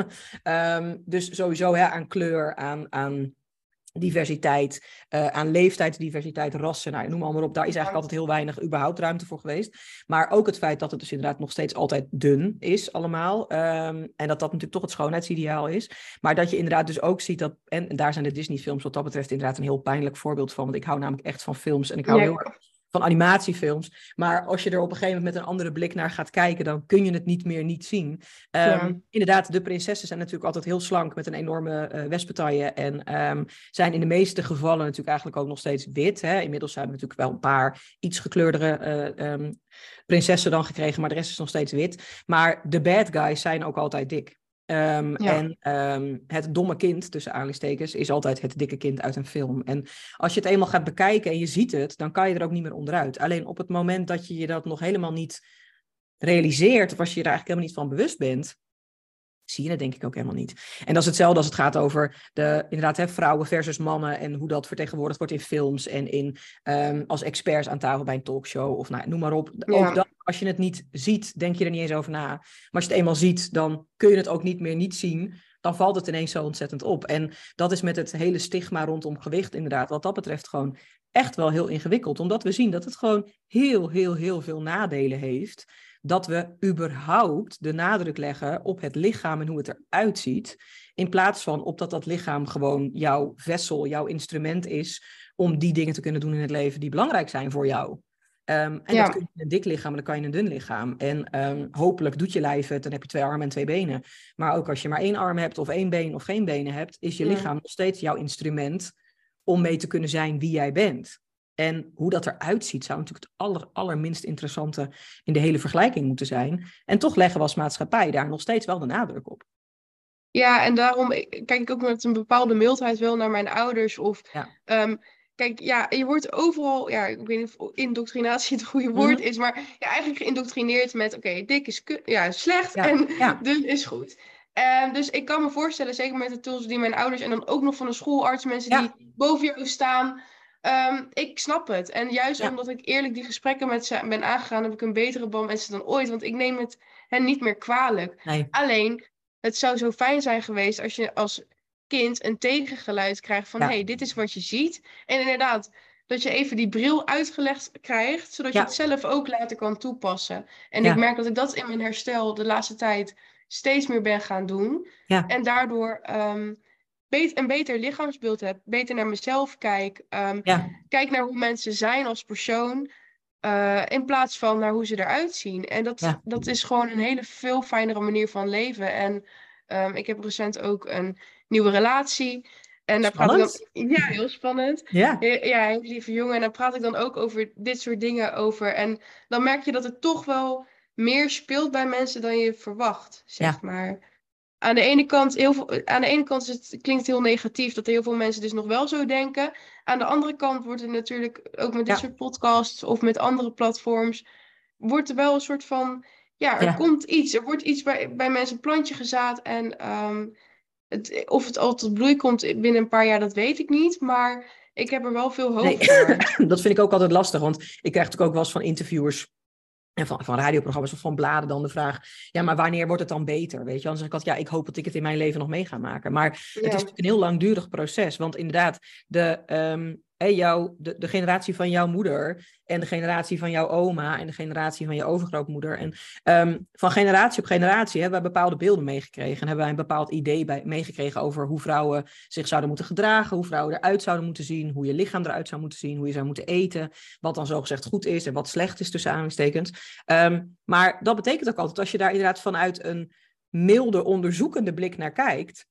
um, dus sowieso hè, aan kleur, aan, aan diversiteit, uh, aan leeftijdsdiversiteit, rassen, nou, noem maar, maar op. Daar is eigenlijk altijd heel weinig überhaupt ruimte voor geweest. Maar ook het feit dat het dus inderdaad nog steeds altijd dun is allemaal. Um, en dat dat natuurlijk toch het schoonheidsideaal is. Maar dat je inderdaad dus ook ziet dat... En, en daar zijn de Disney-films wat dat betreft inderdaad een heel pijnlijk voorbeeld van. Want ik hou namelijk echt van films en ik hou ja. heel erg van animatiefilms. Maar als je er op een gegeven moment met een andere blik naar gaat kijken, dan kun je het niet meer niet zien. Um, ja. Inderdaad, de prinsessen zijn natuurlijk altijd heel slank met een enorme uh, wespentaille. En um, zijn in de meeste gevallen natuurlijk eigenlijk ook nog steeds wit. Hè? Inmiddels zijn we natuurlijk wel een paar iets gekleurdere uh, um, prinsessen dan gekregen, maar de rest is nog steeds wit. Maar de bad guys zijn ook altijd dik. Um, ja. En um, het domme kind, tussen aanhalingstekens, is altijd het dikke kind uit een film. En als je het eenmaal gaat bekijken en je ziet het, dan kan je er ook niet meer onderuit. Alleen op het moment dat je je dat nog helemaal niet realiseert, of als je er eigenlijk helemaal niet van bewust bent, zie je het denk ik ook helemaal niet. En dat is hetzelfde als het gaat over de inderdaad hè, vrouwen versus mannen en hoe dat vertegenwoordigd wordt in films en in, um, als experts aan tafel bij een talkshow of nou, noem maar op. Ja. Ook dat, als je het niet ziet, denk je er niet eens over na. Maar als je het eenmaal ziet, dan kun je het ook niet meer niet zien. Dan valt het ineens zo ontzettend op. En dat is met het hele stigma rondom gewicht inderdaad, wat dat betreft gewoon echt wel heel ingewikkeld. Omdat we zien dat het gewoon heel, heel, heel veel nadelen heeft. Dat we überhaupt de nadruk leggen op het lichaam en hoe het eruit ziet. In plaats van op dat dat lichaam gewoon jouw vessel, jouw instrument is om die dingen te kunnen doen in het leven die belangrijk zijn voor jou. Um, en ja. dat kun je in een dik lichaam, maar dat kan je in een dun lichaam. En um, hopelijk doet je lijf het, dan heb je twee armen en twee benen. Maar ook als je maar één arm hebt of één been of geen benen hebt, is je ja. lichaam nog steeds jouw instrument om mee te kunnen zijn wie jij bent. En hoe dat eruit ziet, zou natuurlijk het aller, allerminst interessante in de hele vergelijking moeten zijn. En toch leggen we als maatschappij daar nog steeds wel de nadruk op. Ja, en daarom kijk ik ook met een bepaalde mildheid wel naar mijn ouders. Of ja. Um, kijk, ja, je wordt overal, ja, ik weet niet of indoctrinatie het goede woord mm-hmm. is, maar ja, eigenlijk geïndoctrineerd met, oké, okay, dik is ku- ja, slecht ja. en ja. dun is goed. Um, dus ik kan me voorstellen, zeker met de tools die mijn ouders en dan ook nog van de schoolarts, mensen ja. die boven jou staan. Um, ik snap het. En juist ja. omdat ik eerlijk die gesprekken met ze ben aangegaan, heb ik een betere band met ze dan ooit. Want ik neem het hen niet meer kwalijk. Nee. Alleen, het zou zo fijn zijn geweest als je als kind een tegengeluid krijgt van... hé, ja. hey, dit is wat je ziet. En inderdaad, dat je even die bril uitgelegd krijgt, zodat ja. je het zelf ook later kan toepassen. En ja. ik merk dat ik dat in mijn herstel de laatste tijd steeds meer ben gaan doen. Ja. En daardoor... Um, een beter lichaamsbeeld heb, beter naar mezelf kijk, um, ja. kijk naar hoe mensen zijn als persoon, uh, in plaats van naar hoe ze eruit zien. En dat, ja. dat is gewoon een hele veel fijnere manier van leven. En um, ik heb recent ook een nieuwe relatie. En daar praat ik dan, ja, heel spannend. Ja, ja, heel lieve jongen. En daar praat ik dan ook over dit soort dingen over. En dan merk je dat het toch wel meer speelt bij mensen dan je verwacht, zeg ja. maar. Aan de ene kant, heel veel, aan de ene kant is het, klinkt het heel negatief dat heel veel mensen dus nog wel zo denken. Aan de andere kant wordt het natuurlijk, ook met dit ja. soort podcasts of met andere platforms, wordt er wel een soort van, ja, er ja. komt iets. Er wordt iets bij, bij mensen een plantje gezaad en um, het, of het al tot bloei komt binnen een paar jaar, dat weet ik niet. Maar ik heb er wel veel hoop nee. voor. Dat vind ik ook altijd lastig, want ik krijg natuurlijk ook wel eens van interviewers En van, van radioprogramma's of van bladen dan de vraag, ja, maar wanneer wordt het dan beter? Weet je, dan zeg ik altijd, ja, ik hoop dat ik het in mijn leven nog mee ga maken. Maar ja. Het is natuurlijk een heel langdurig proces. Want inderdaad, de, um, hey, jou, de, de generatie van jouw moeder en de generatie van jouw oma en de generatie van je overgrootmoeder. En um, van generatie op generatie hebben wij bepaalde beelden meegekregen. En hebben wij een bepaald idee bij, meegekregen over hoe vrouwen zich zouden moeten gedragen, hoe vrouwen eruit zouden moeten zien, hoe je lichaam eruit zou moeten zien, hoe je zou moeten eten, wat dan zogezegd goed is en wat slecht is tussen aanhalingstekens. Um, maar dat betekent ook altijd, als je daar inderdaad vanuit een milde, onderzoekende blik naar kijkt,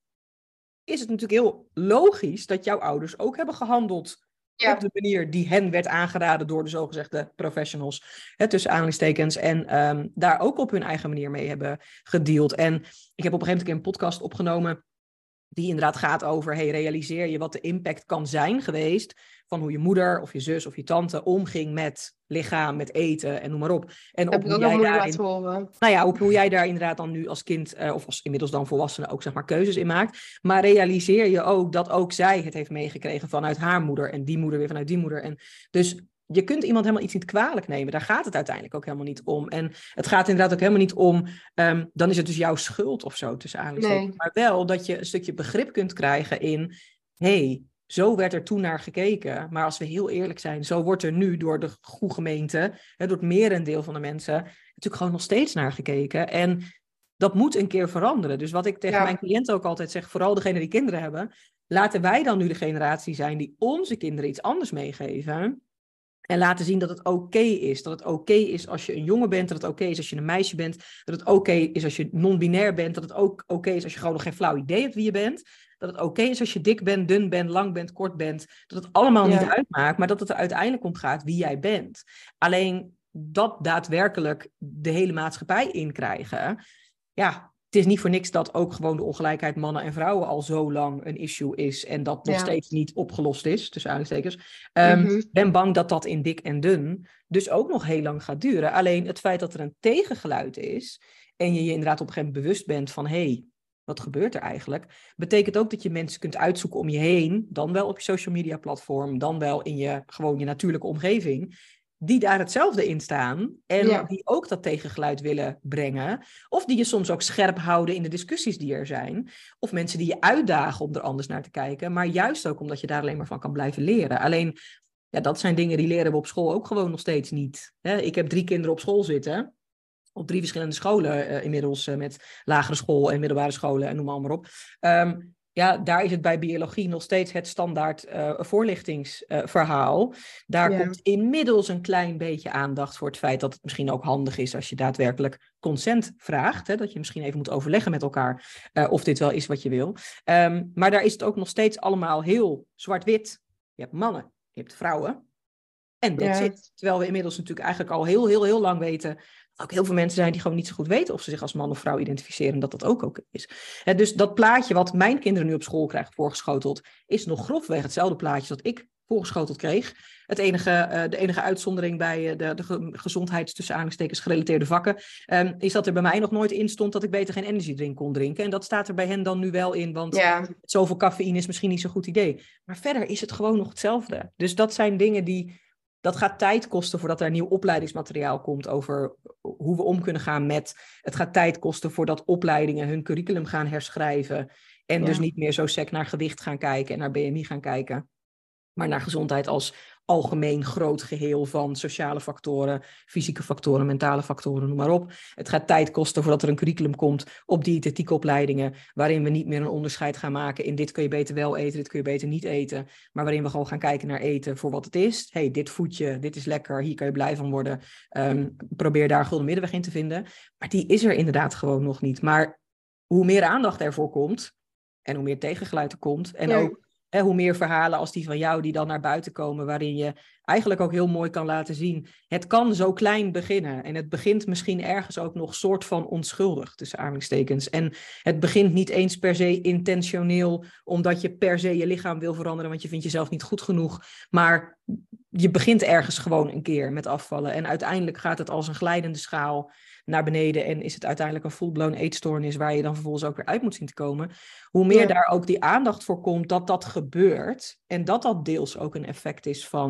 is het natuurlijk heel logisch dat jouw ouders ook hebben gehandeld ja. op de manier die hen werd aangeraden door de zogezegde professionals, hè, tussen aanhalingstekens, en um, daar ook op hun eigen manier mee hebben gedeeld. En ik heb op een gegeven moment een podcast opgenomen die inderdaad gaat over, hey, realiseer je wat de impact kan zijn geweest van hoe je moeder of je zus of je tante omging met lichaam, met eten en noem maar op. En heb op ik hoe ook jij nog daarin, laten horen. Nou ja, op hoe jij daar inderdaad dan nu als kind, uh, of als inmiddels dan volwassene ook zeg maar keuzes in maakt. Maar realiseer je ook dat ook zij het heeft meegekregen vanuit haar moeder en die moeder weer vanuit die moeder. En dus je kunt iemand helemaal iets niet kwalijk nemen. Daar gaat het uiteindelijk ook helemaal niet om. En het gaat inderdaad ook helemaal niet om, um, dan is het dus jouw schuld of zo tussen aanhalingstekens. Nee. Maar wel dat je een stukje begrip kunt krijgen in, hey, zo werd er toen naar gekeken. Maar als we heel eerlijk zijn, zo wordt er nu door de goede gemeente, hè, door het merendeel van de mensen, natuurlijk gewoon nog steeds naar gekeken. En dat moet een keer veranderen. Dus wat ik tegen ja. mijn cliënten ook altijd zeg, vooral degenen die kinderen hebben, laten wij dan nu de generatie zijn die onze kinderen iets anders meegeven. En laten zien dat het oké okay is. Dat het oké okay is als je een jongen bent. Dat het oké okay is als je een meisje bent. Dat het oké okay is als je non-binair bent. Dat het ook oké okay is als je gewoon nog geen flauw idee hebt wie je bent. Dat het oké okay is als je dik bent, dun bent, lang bent, kort bent. Dat het allemaal ja. niet uitmaakt. Maar dat het er uiteindelijk om gaat wie jij bent. Alleen dat daadwerkelijk de hele maatschappij inkrijgen. Ja, het is niet voor niks dat ook gewoon de ongelijkheid mannen en vrouwen al zo lang een issue is en dat nog ja. steeds niet opgelost is, tussen aanhalingstekens. Um, mm-hmm. ben bang dat dat in dik en dun dus ook nog heel lang gaat duren. Alleen het feit dat er een tegengeluid is en je je inderdaad op een gegeven moment bewust bent van, hé, hey, wat gebeurt er eigenlijk? Betekent ook dat je mensen kunt uitzoeken om je heen, dan wel op je social media platform, dan wel in je gewoon je natuurlijke omgeving, die daar hetzelfde in staan en ja. die ook dat tegengeluid willen brengen. Of die je soms ook scherp houden in de discussies die er zijn. Of mensen die je uitdagen om er anders naar te kijken. Maar juist ook omdat je daar alleen maar van kan blijven leren. Alleen, ja, dat zijn dingen die leren we op school ook gewoon nog steeds niet. Hè? Ik heb drie kinderen op school zitten. Op drie verschillende scholen uh, inmiddels. Uh, met lagere school en middelbare scholen en noem maar, maar op. Um, Ja, daar is het bij biologie nog steeds het standaard uh, voorlichtingsverhaal. Uh, daar ja. komt inmiddels een klein beetje aandacht voor het feit dat het misschien ook handig is als je daadwerkelijk consent vraagt. Hè, dat je misschien even moet overleggen met elkaar uh, of dit wel is wat je wil. Um, maar daar is het ook nog steeds allemaal heel zwart-wit. Je hebt mannen, je hebt vrouwen. En that's ja. it. Terwijl we inmiddels natuurlijk eigenlijk al heel, heel, heel lang weten dat ook heel veel mensen zijn die gewoon niet zo goed weten of ze zich als man of vrouw identificeren, dat dat ook oké is. He, dus dat plaatje wat mijn kinderen nu op school krijgen voorgeschoteld, is nog grofweg hetzelfde plaatje dat ik voorgeschoteld kreeg. Het enige, uh, de enige uitzondering bij uh, de, de ge- gezondheids tussen aanhalingstekens gerelateerde vakken, um, is dat er bij mij nog nooit in stond dat ik beter geen energiedrink kon drinken. En dat staat er bij hen dan nu wel in, want ja. zoveel cafeïne is misschien niet zo'n goed idee. Maar verder is het gewoon nog hetzelfde. Dus dat zijn dingen die... Dat gaat tijd kosten voordat er nieuw opleidingsmateriaal komt over hoe we om kunnen gaan met... Het gaat tijd kosten voordat opleidingen hun curriculum gaan herschrijven. En ja. dus niet meer zo sec naar gewicht gaan kijken en naar B M I gaan kijken. Maar naar gezondheid als algemeen groot geheel van sociale factoren, fysieke factoren, mentale factoren, noem maar op. Het gaat tijd kosten voordat er een curriculum komt op diëtetiekopleidingen, waarin we niet meer een onderscheid gaan maken in dit kun je beter wel eten, dit kun je beter niet eten, maar waarin we gewoon gaan kijken naar eten voor wat het is. Hey, dit voed je, dit is lekker, hier kan je blij van worden. Um, probeer daar een gulden middenweg in te vinden. Maar die is er inderdaad gewoon nog niet. Maar hoe meer aandacht ervoor komt, en hoe meer tegengeluid er komt, en ja. ook He, hoe meer verhalen als die van jou die dan naar buiten komen, waarin je eigenlijk ook heel mooi kan laten zien, het kan zo klein beginnen. En het begint misschien ergens ook nog soort van onschuldig, tussen aanhalingstekens. En het begint niet eens per se intentioneel, omdat je per se je lichaam wil veranderen, want je vindt jezelf niet goed genoeg. Maar je begint ergens gewoon een keer met afvallen. En uiteindelijk gaat het als een glijdende schaal naar beneden en is het uiteindelijk een full-blown eetstoornis waar je dan vervolgens ook weer uit moet zien te komen. Hoe meer ja. daar ook die aandacht voor komt dat dat gebeurt en dat dat deels ook een effect is van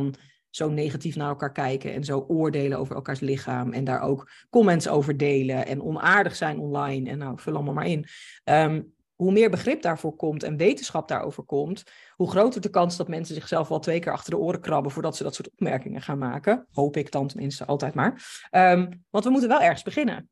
zo negatief naar elkaar kijken en zo oordelen over elkaars lichaam en daar ook comments over delen en onaardig zijn online en nou, vul allemaal maar in. Um, hoe meer begrip daarvoor komt en wetenschap daarover komt, hoe groter de kans dat mensen zichzelf wel twee keer achter de oren krabben voordat ze dat soort opmerkingen gaan maken. Hoop ik dan tenminste altijd maar. Um, want we moeten wel ergens beginnen.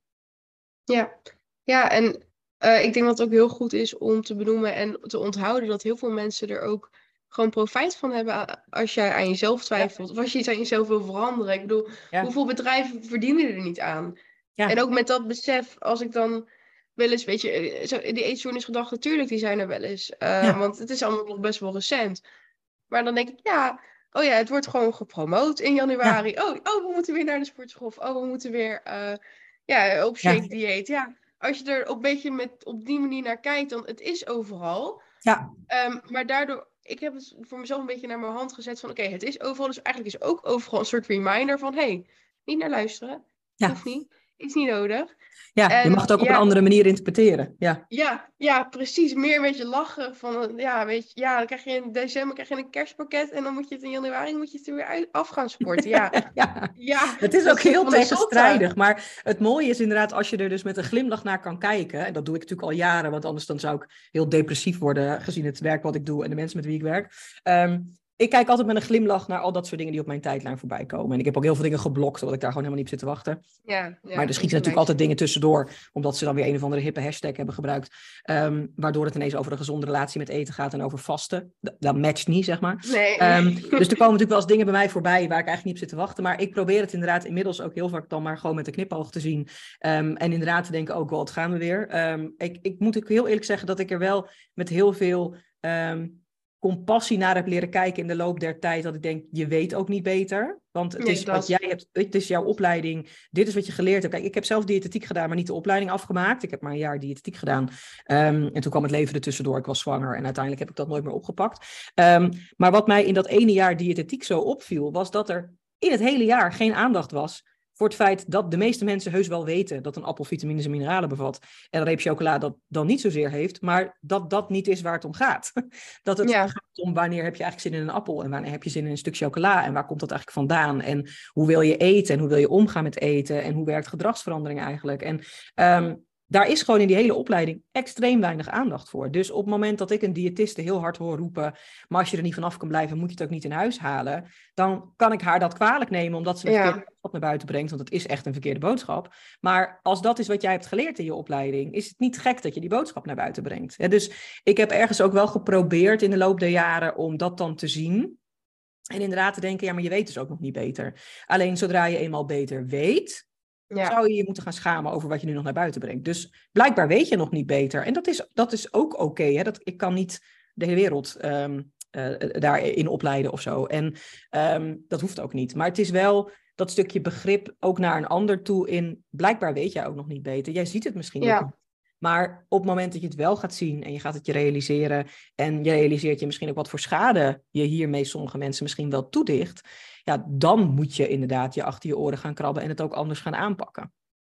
Ja, ja en uh, ik denk dat het ook heel goed is om te benoemen en te onthouden dat heel veel mensen er ook gewoon profijt van hebben als jij aan jezelf twijfelt. Ja. Of als je iets aan jezelf wil veranderen. Ik bedoel, ja. hoeveel bedrijven verdienen er niet aan? Ja. En ook met dat besef, als ik dan wel eens, weet je, die eetstoornisgedachten, natuurlijk, die zijn er wel eens. Uh, ja. Want het is allemaal nog best wel recent. Maar dan denk ik, ja, oh ja, het wordt gewoon gepromoot in januari. Ja. Oh, oh, we moeten weer naar de sportschool. Of, oh, we moeten weer uh, ja, op shake dieet. Ja. ja, als je er een beetje met, op die manier naar kijkt, dan het is overal. Ja. Um, maar daardoor, ik heb het voor mezelf een beetje naar mijn hand gezet van, oké, okay, het is overal. Dus eigenlijk is ook overal een soort reminder van, hé, hey, niet naar luisteren. Ja. Hoeft niet. Is niet nodig. Ja, en, je mag het ook op ja, een andere manier interpreteren. Ja. Ja, ja, precies. Meer een beetje lachen. Van, ja, weet je, ja, dan krijg je in december krijg je een kerstpakket en dan moet je het in januari moet je het er weer uit, af gaan sporten. Ja, ja. ja. Het is ook heel tegenstrijdig. Maar het mooie is inderdaad als je er dus met een glimlach naar kan kijken. En dat doe ik natuurlijk al jaren, want anders dan zou ik heel depressief worden gezien het werk wat ik doe en de mensen met wie ik werk. Um, Ik kijk altijd met een glimlach naar al dat soort dingen die op mijn tijdlijn voorbij komen. En ik heb ook heel veel dingen geblokt, omdat ik daar gewoon helemaal niet op zit te wachten. Ja, ja, maar er schieten natuurlijk altijd dingen tussendoor, omdat ze dan weer een of andere hippe hashtag hebben gebruikt. Um, waardoor het ineens over een gezonde relatie met eten gaat en over vasten. D- dat matcht niet, zeg maar. Nee. Um, dus er komen natuurlijk wel eens dingen bij mij voorbij waar ik eigenlijk niet op zit te wachten. Maar ik probeer het inderdaad inmiddels ook heel vaak dan maar gewoon met een knipoog te zien. Um, en inderdaad te denken, oh god, gaan we weer. Um, ik, ik moet ook heel eerlijk zeggen dat ik er wel met heel veel Um, compassie naar heb leren kijken in de loop der tijd, dat ik denk, je weet ook niet beter. Want het nee, is wat jij hebt, het is jouw opleiding, dit is wat je geleerd hebt. Kijk, ik heb zelf diëtetiek gedaan, maar niet de opleiding afgemaakt. Ik heb maar een jaar diëtetiek gedaan. Um, en toen kwam het leven er tussendoor, ik was zwanger en uiteindelijk heb ik dat nooit meer opgepakt. Um, maar wat mij in dat ene jaar diëtetiek zo opviel, was dat er in het hele jaar geen aandacht was voor het feit dat de meeste mensen heus wel weten dat een appel vitamines en mineralen bevat en een reep chocola dat dan niet zozeer heeft, maar dat dat niet is waar het om gaat. Dat het ja. gaat om wanneer heb je eigenlijk zin in een appel en wanneer heb je zin in een stuk chocola en waar komt dat eigenlijk vandaan en hoe wil je eten en hoe wil je omgaan met eten en hoe werkt gedragsverandering eigenlijk. En um, daar is gewoon in die hele opleiding extreem weinig aandacht voor. Dus op het moment dat ik een diëtiste heel hard hoor roepen, maar als je er niet vanaf kan blijven, moet je het ook niet in huis halen, dan kan ik haar dat kwalijk nemen, omdat ze een ja. verkeerde boodschap naar buiten brengt, want het is echt een verkeerde boodschap. Maar als dat is wat jij hebt geleerd in je opleiding, is het niet gek dat je die boodschap naar buiten brengt. Ja, dus ik heb ergens ook wel geprobeerd in de loop der jaren om dat dan te zien. En inderdaad te denken, ja, maar je weet dus ook nog niet beter. Alleen zodra je eenmaal beter weet, ja. zou je je moeten gaan schamen over wat je nu nog naar buiten brengt. Dus blijkbaar weet je nog niet beter. En dat is, dat is ook oké. Okay, dat ik kan niet de hele wereld um, uh, daarin opleiden of zo. En um, dat hoeft ook niet. Maar het is wel dat stukje begrip ook naar een ander toe in, blijkbaar weet jij ook nog niet beter. Jij ziet het misschien ja. ook niet. Maar op het moment dat je het wel gaat zien en je gaat het je realiseren en je realiseert je misschien ook wat voor schade je hiermee sommige mensen misschien wel toedicht, ja, dan moet je inderdaad je achter je oren gaan krabben en het ook anders gaan aanpakken.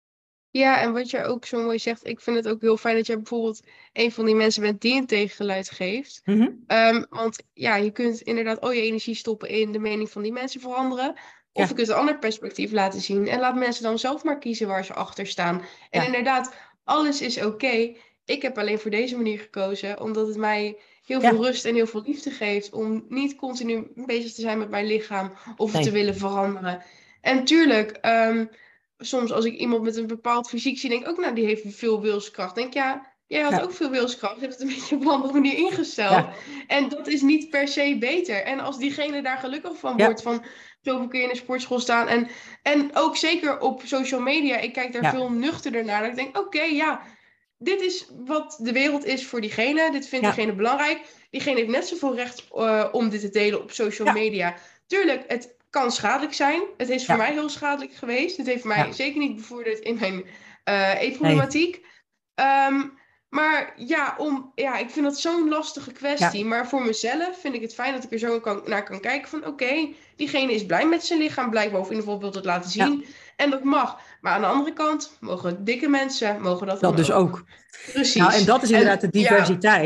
Ja, en wat je ook zo mooi zegt, ik vind het ook heel fijn dat jij bijvoorbeeld een van die mensen bent die een tegengeluid geeft. Mm-hmm. Um, want ja, je kunt inderdaad al je energie stoppen in de mening van die mensen veranderen. Of ja. je kunt een ander perspectief laten zien en laat mensen dan zelf maar kiezen waar ze achter staan. En ja. inderdaad, alles is oké. Okay. Ik heb alleen voor deze manier gekozen, omdat het mij heel veel ja. rust en heel veel liefde geeft om niet continu bezig te zijn met mijn lichaam of nee. te willen veranderen. En tuurlijk, um, soms als ik iemand met een bepaald fysiek zie, denk ik ook, nou, die heeft veel wilskracht. Denk ja, jij had ja. ook veel wilskracht. Je hebt het een beetje op een andere manier ingesteld. Ja. En dat is niet per se beter. En als diegene daar gelukkig van ja. wordt, van zoveel keer in de sportschool staan. En, en ook zeker op social media, ik kijk daar ja. veel nuchterder naar. Dat ik denk, oké, okay, ja, dit is wat de wereld is voor diegene. Dit vindt ja. diegene belangrijk. Diegene heeft net zoveel recht uh, om dit te delen op social ja. media. Tuurlijk, het kan schadelijk zijn. Het is voor ja. mij heel schadelijk geweest. Het heeft mij ja. zeker niet bevorderd in mijn uh, eetproblematiek. Nee. Um, maar ja, om, ja, ik vind dat zo'n lastige kwestie. Ja. Maar voor mezelf vind ik het fijn dat ik er zo kan, naar kan kijken van oké, okay, diegene is blij met zijn lichaam, blijkbaar of in ieder geval wil het laten zien. Ja. En dat mag. Maar aan de andere kant mogen dikke mensen, mogen dat Dat dus ook. Precies. Nou, en dat is inderdaad en, de diversiteit. Ja.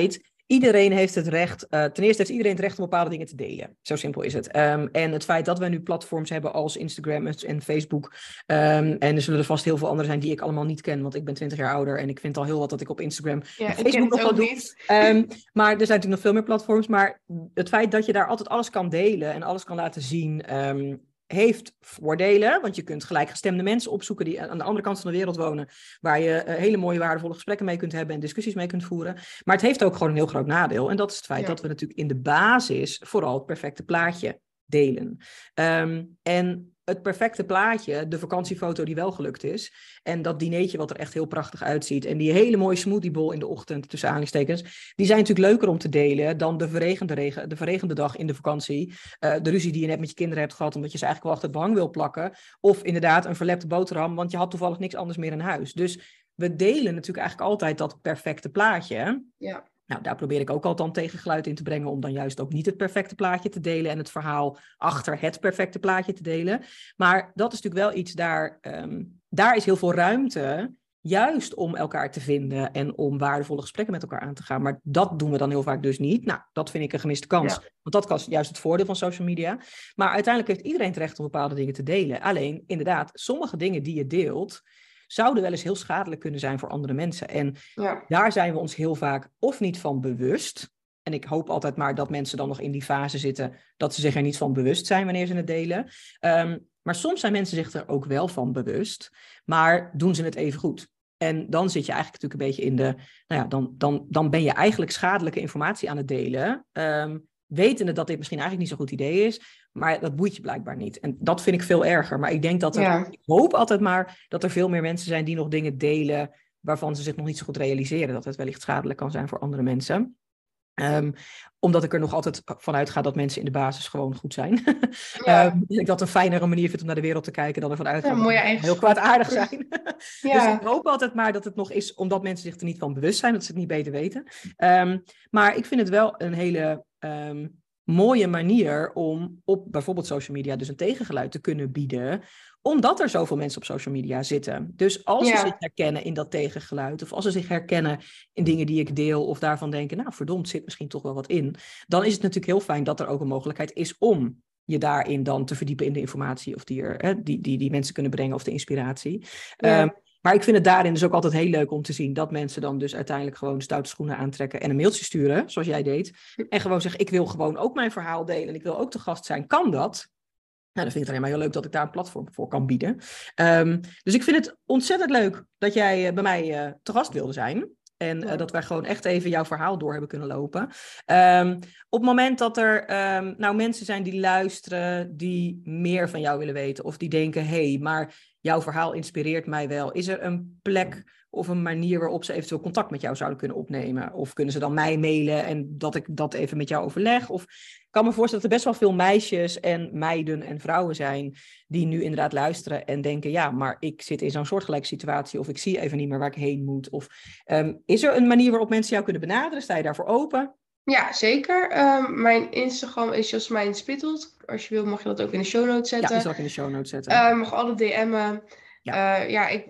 iedereen heeft het recht, uh, ten eerste heeft iedereen het recht om bepaalde dingen te delen. Zo simpel is het. Um, en het feit dat we nu platforms hebben als Instagram en Facebook, um, en er zullen er vast heel veel andere zijn die ik allemaal niet ken, want ik ben twintig jaar ouder en ik vind al heel wat dat ik op Instagram ja, en Facebook nog wel doe. Um, maar er zijn natuurlijk nog veel meer platforms, maar het feit dat je daar altijd alles kan delen en alles kan laten zien, um, heeft voordelen, want je kunt gelijkgestemde mensen opzoeken die aan de andere kant van de wereld wonen, waar je uh, hele mooie, waardevolle gesprekken mee kunt hebben en discussies mee kunt voeren. Maar het heeft ook gewoon een heel groot nadeel. En dat is het feit ja. dat we natuurlijk in de basis vooral het perfecte plaatje delen. Um, en het perfecte plaatje, de vakantiefoto die wel gelukt is, en dat dineetje wat er echt heel prachtig uitziet, en die hele mooie smoothiebol in de ochtend, tussen aanhalingstekens, die zijn natuurlijk leuker om te delen dan de verregende, regen, de verregende dag in de vakantie, uh, de ruzie die je net met je kinderen hebt gehad, omdat je ze eigenlijk wel achter het behang wil plakken, of inderdaad een verlepte boterham, want je had toevallig niks anders meer in huis. Dus we delen natuurlijk eigenlijk altijd dat perfecte plaatje. Ja. Nou, daar probeer ik ook altijd tegengeluid in te brengen om dan juist ook niet het perfecte plaatje te delen en het verhaal achter het perfecte plaatje te delen. Maar dat is natuurlijk wel iets, daar, um, daar is heel veel ruimte, juist om elkaar te vinden en om waardevolle gesprekken met elkaar aan te gaan. Maar dat doen we dan heel vaak dus niet. Nou, dat vind ik een gemiste kans, ja. want dat was juist het voordeel van social media. Maar uiteindelijk heeft iedereen het recht om bepaalde dingen te delen. Alleen, inderdaad, sommige dingen die je deelt, zouden wel eens heel schadelijk kunnen zijn voor andere mensen. En ja. daar zijn we ons heel vaak of niet van bewust. En ik hoop altijd maar dat mensen dan nog in die fase zitten dat ze zich er niet van bewust zijn wanneer ze het delen. Um, maar soms zijn mensen zich er ook wel van bewust, maar doen ze het even goed. En dan zit je eigenlijk natuurlijk een beetje in de, nou ja, dan, dan, dan ben je eigenlijk schadelijke informatie aan het delen, um, wetende dat dit misschien eigenlijk niet zo'n goed idee is, maar dat boeit je blijkbaar niet. En dat vind ik veel erger. Maar ik denk dat er, ja. ik hoop altijd maar dat er veel meer mensen zijn die nog dingen delen waarvan ze zich nog niet zo goed realiseren dat het wellicht schadelijk kan zijn voor andere mensen. Um, omdat ik er nog altijd van uitga dat mensen in de basis gewoon goed zijn. Ja. um, dus ik dat een fijnere manier vind om naar de wereld te kijken dan ervan uitgaan ja, dat ze heel kwaadaardig zijn. Ja. Dus ik hoop altijd maar dat het nog is omdat mensen zich er niet van bewust zijn, dat ze het niet beter weten. Um, maar ik vind het wel een hele um, mooie manier om op bijvoorbeeld social media dus een tegengeluid te kunnen bieden, omdat er zoveel mensen op social media zitten. Dus als ja. ze zich herkennen in dat tegengeluid, of als ze zich herkennen in dingen die ik deel, of daarvan denken, nou verdomd, zit misschien toch wel wat in, dan is het natuurlijk heel fijn dat er ook een mogelijkheid is om je daarin dan te verdiepen in de informatie, of die, er, hè, die, die, die mensen kunnen brengen, of de inspiratie. Ja. Um, maar ik vind het daarin dus ook altijd heel leuk om te zien dat mensen dan dus uiteindelijk gewoon stoute schoenen aantrekken en een mailtje sturen, zoals jij deed. En gewoon zeggen, ik wil gewoon ook mijn verhaal delen en ik wil ook te gast zijn. Kan dat? Nou, dan vind ik het alleen maar heel leuk dat ik daar een platform voor kan bieden. Um, dus ik vind het ontzettend leuk dat jij uh, bij mij uh, te gast wilde zijn. En uh, dat wij gewoon echt even jouw verhaal door hebben kunnen lopen. Um, op het moment dat er um, nou mensen zijn die luisteren, die meer van jou willen weten. Of die denken, hé, hey, maar jouw verhaal inspireert mij wel. Is er een plek of een manier waarop ze eventueel contact met jou zouden kunnen opnemen? Of kunnen ze dan mij mailen en dat ik dat even met jou overleg? Of ik kan me voorstellen dat er best wel veel meisjes en meiden en vrouwen zijn die nu inderdaad luisteren en denken, ja, maar ik zit in zo'n soortgelijke situatie of ik zie even niet meer waar ik heen moet. Of um, is er een manier waarop mensen jou kunnen benaderen? Sta je daarvoor open? Ja, zeker. Um, mijn Instagram is Jasmijn Spittelt. Als je wil mag je dat ook in de show notes zetten. Ja, die zal ik in de show notes zetten. Uh, mag alle D M'en. Ja, uh, ja ik...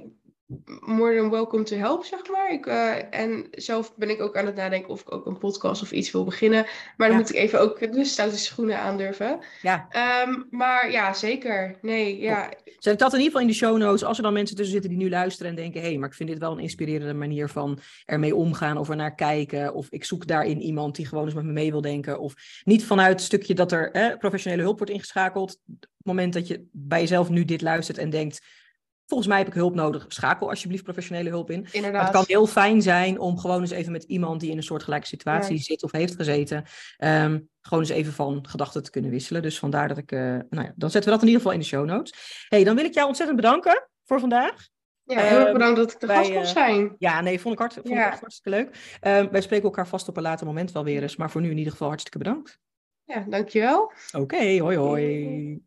more than welcome to help, zeg maar. Ik, uh, en zelf ben ik ook aan het nadenken of ik ook een podcast of iets wil beginnen. Maar dan ja. moet ik even ook de stoute schoenen aandurven. Ja. Um, maar ja, zeker. Nee, ja. Zet ik dat in ieder geval in de show notes. Als er dan mensen tussen zitten die nu luisteren en denken, hé, hey, maar ik vind dit wel een inspirerende manier van ermee omgaan of er naar kijken. Of ik zoek daarin iemand die gewoon eens met me mee wil denken. Of niet vanuit het stukje dat er eh, professionele hulp wordt ingeschakeld. Op het moment dat je bij jezelf nu dit luistert en denkt, volgens mij heb ik hulp nodig, schakel alsjeblieft professionele hulp in. Inderdaad. Maar het kan heel fijn zijn om gewoon eens even met iemand die in een soortgelijke situatie ja. zit of heeft gezeten, um, gewoon eens even van gedachten te kunnen wisselen. Dus vandaar dat ik, uh, nou ja, dan zetten we dat in ieder geval in de show notes. Hey, dan wil ik jou ontzettend bedanken voor vandaag. Ja, heel erg bedankt dat ik de gast mocht zijn. Ja, nee, vond ik, hart, vond ja. ik echt hartstikke leuk. Uh, wij spreken elkaar vast op een later moment wel weer eens, maar voor nu in ieder geval hartstikke bedankt. Ja, dankjewel. Oké, okay, hoi hoi.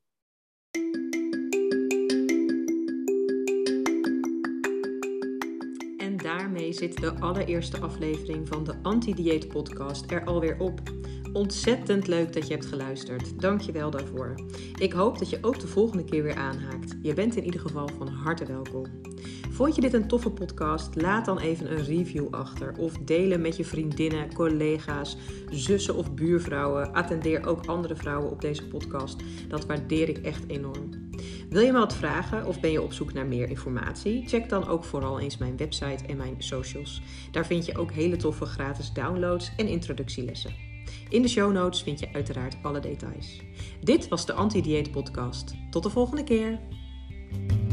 daarmee zit de allereerste aflevering van de Anti-Dieet podcast er alweer op. Ontzettend leuk dat je hebt geluisterd. Dank je wel daarvoor. Ik hoop dat je ook de volgende keer weer aanhaakt. Je bent in ieder geval van harte welkom. Vond je dit een toffe podcast? Laat dan even een review achter of delen met je vriendinnen, collega's, zussen of buurvrouwen. Attendeer ook andere vrouwen op deze podcast. Dat waardeer ik echt enorm. Wil je me wat vragen of ben je op zoek naar meer informatie? Check dan ook vooral eens mijn website en mijn socials. Daar vind je ook hele toffe gratis downloads en introductielessen. In de show notes vind je uiteraard alle details. Dit was de Anti-Dieet podcast. Tot de volgende keer!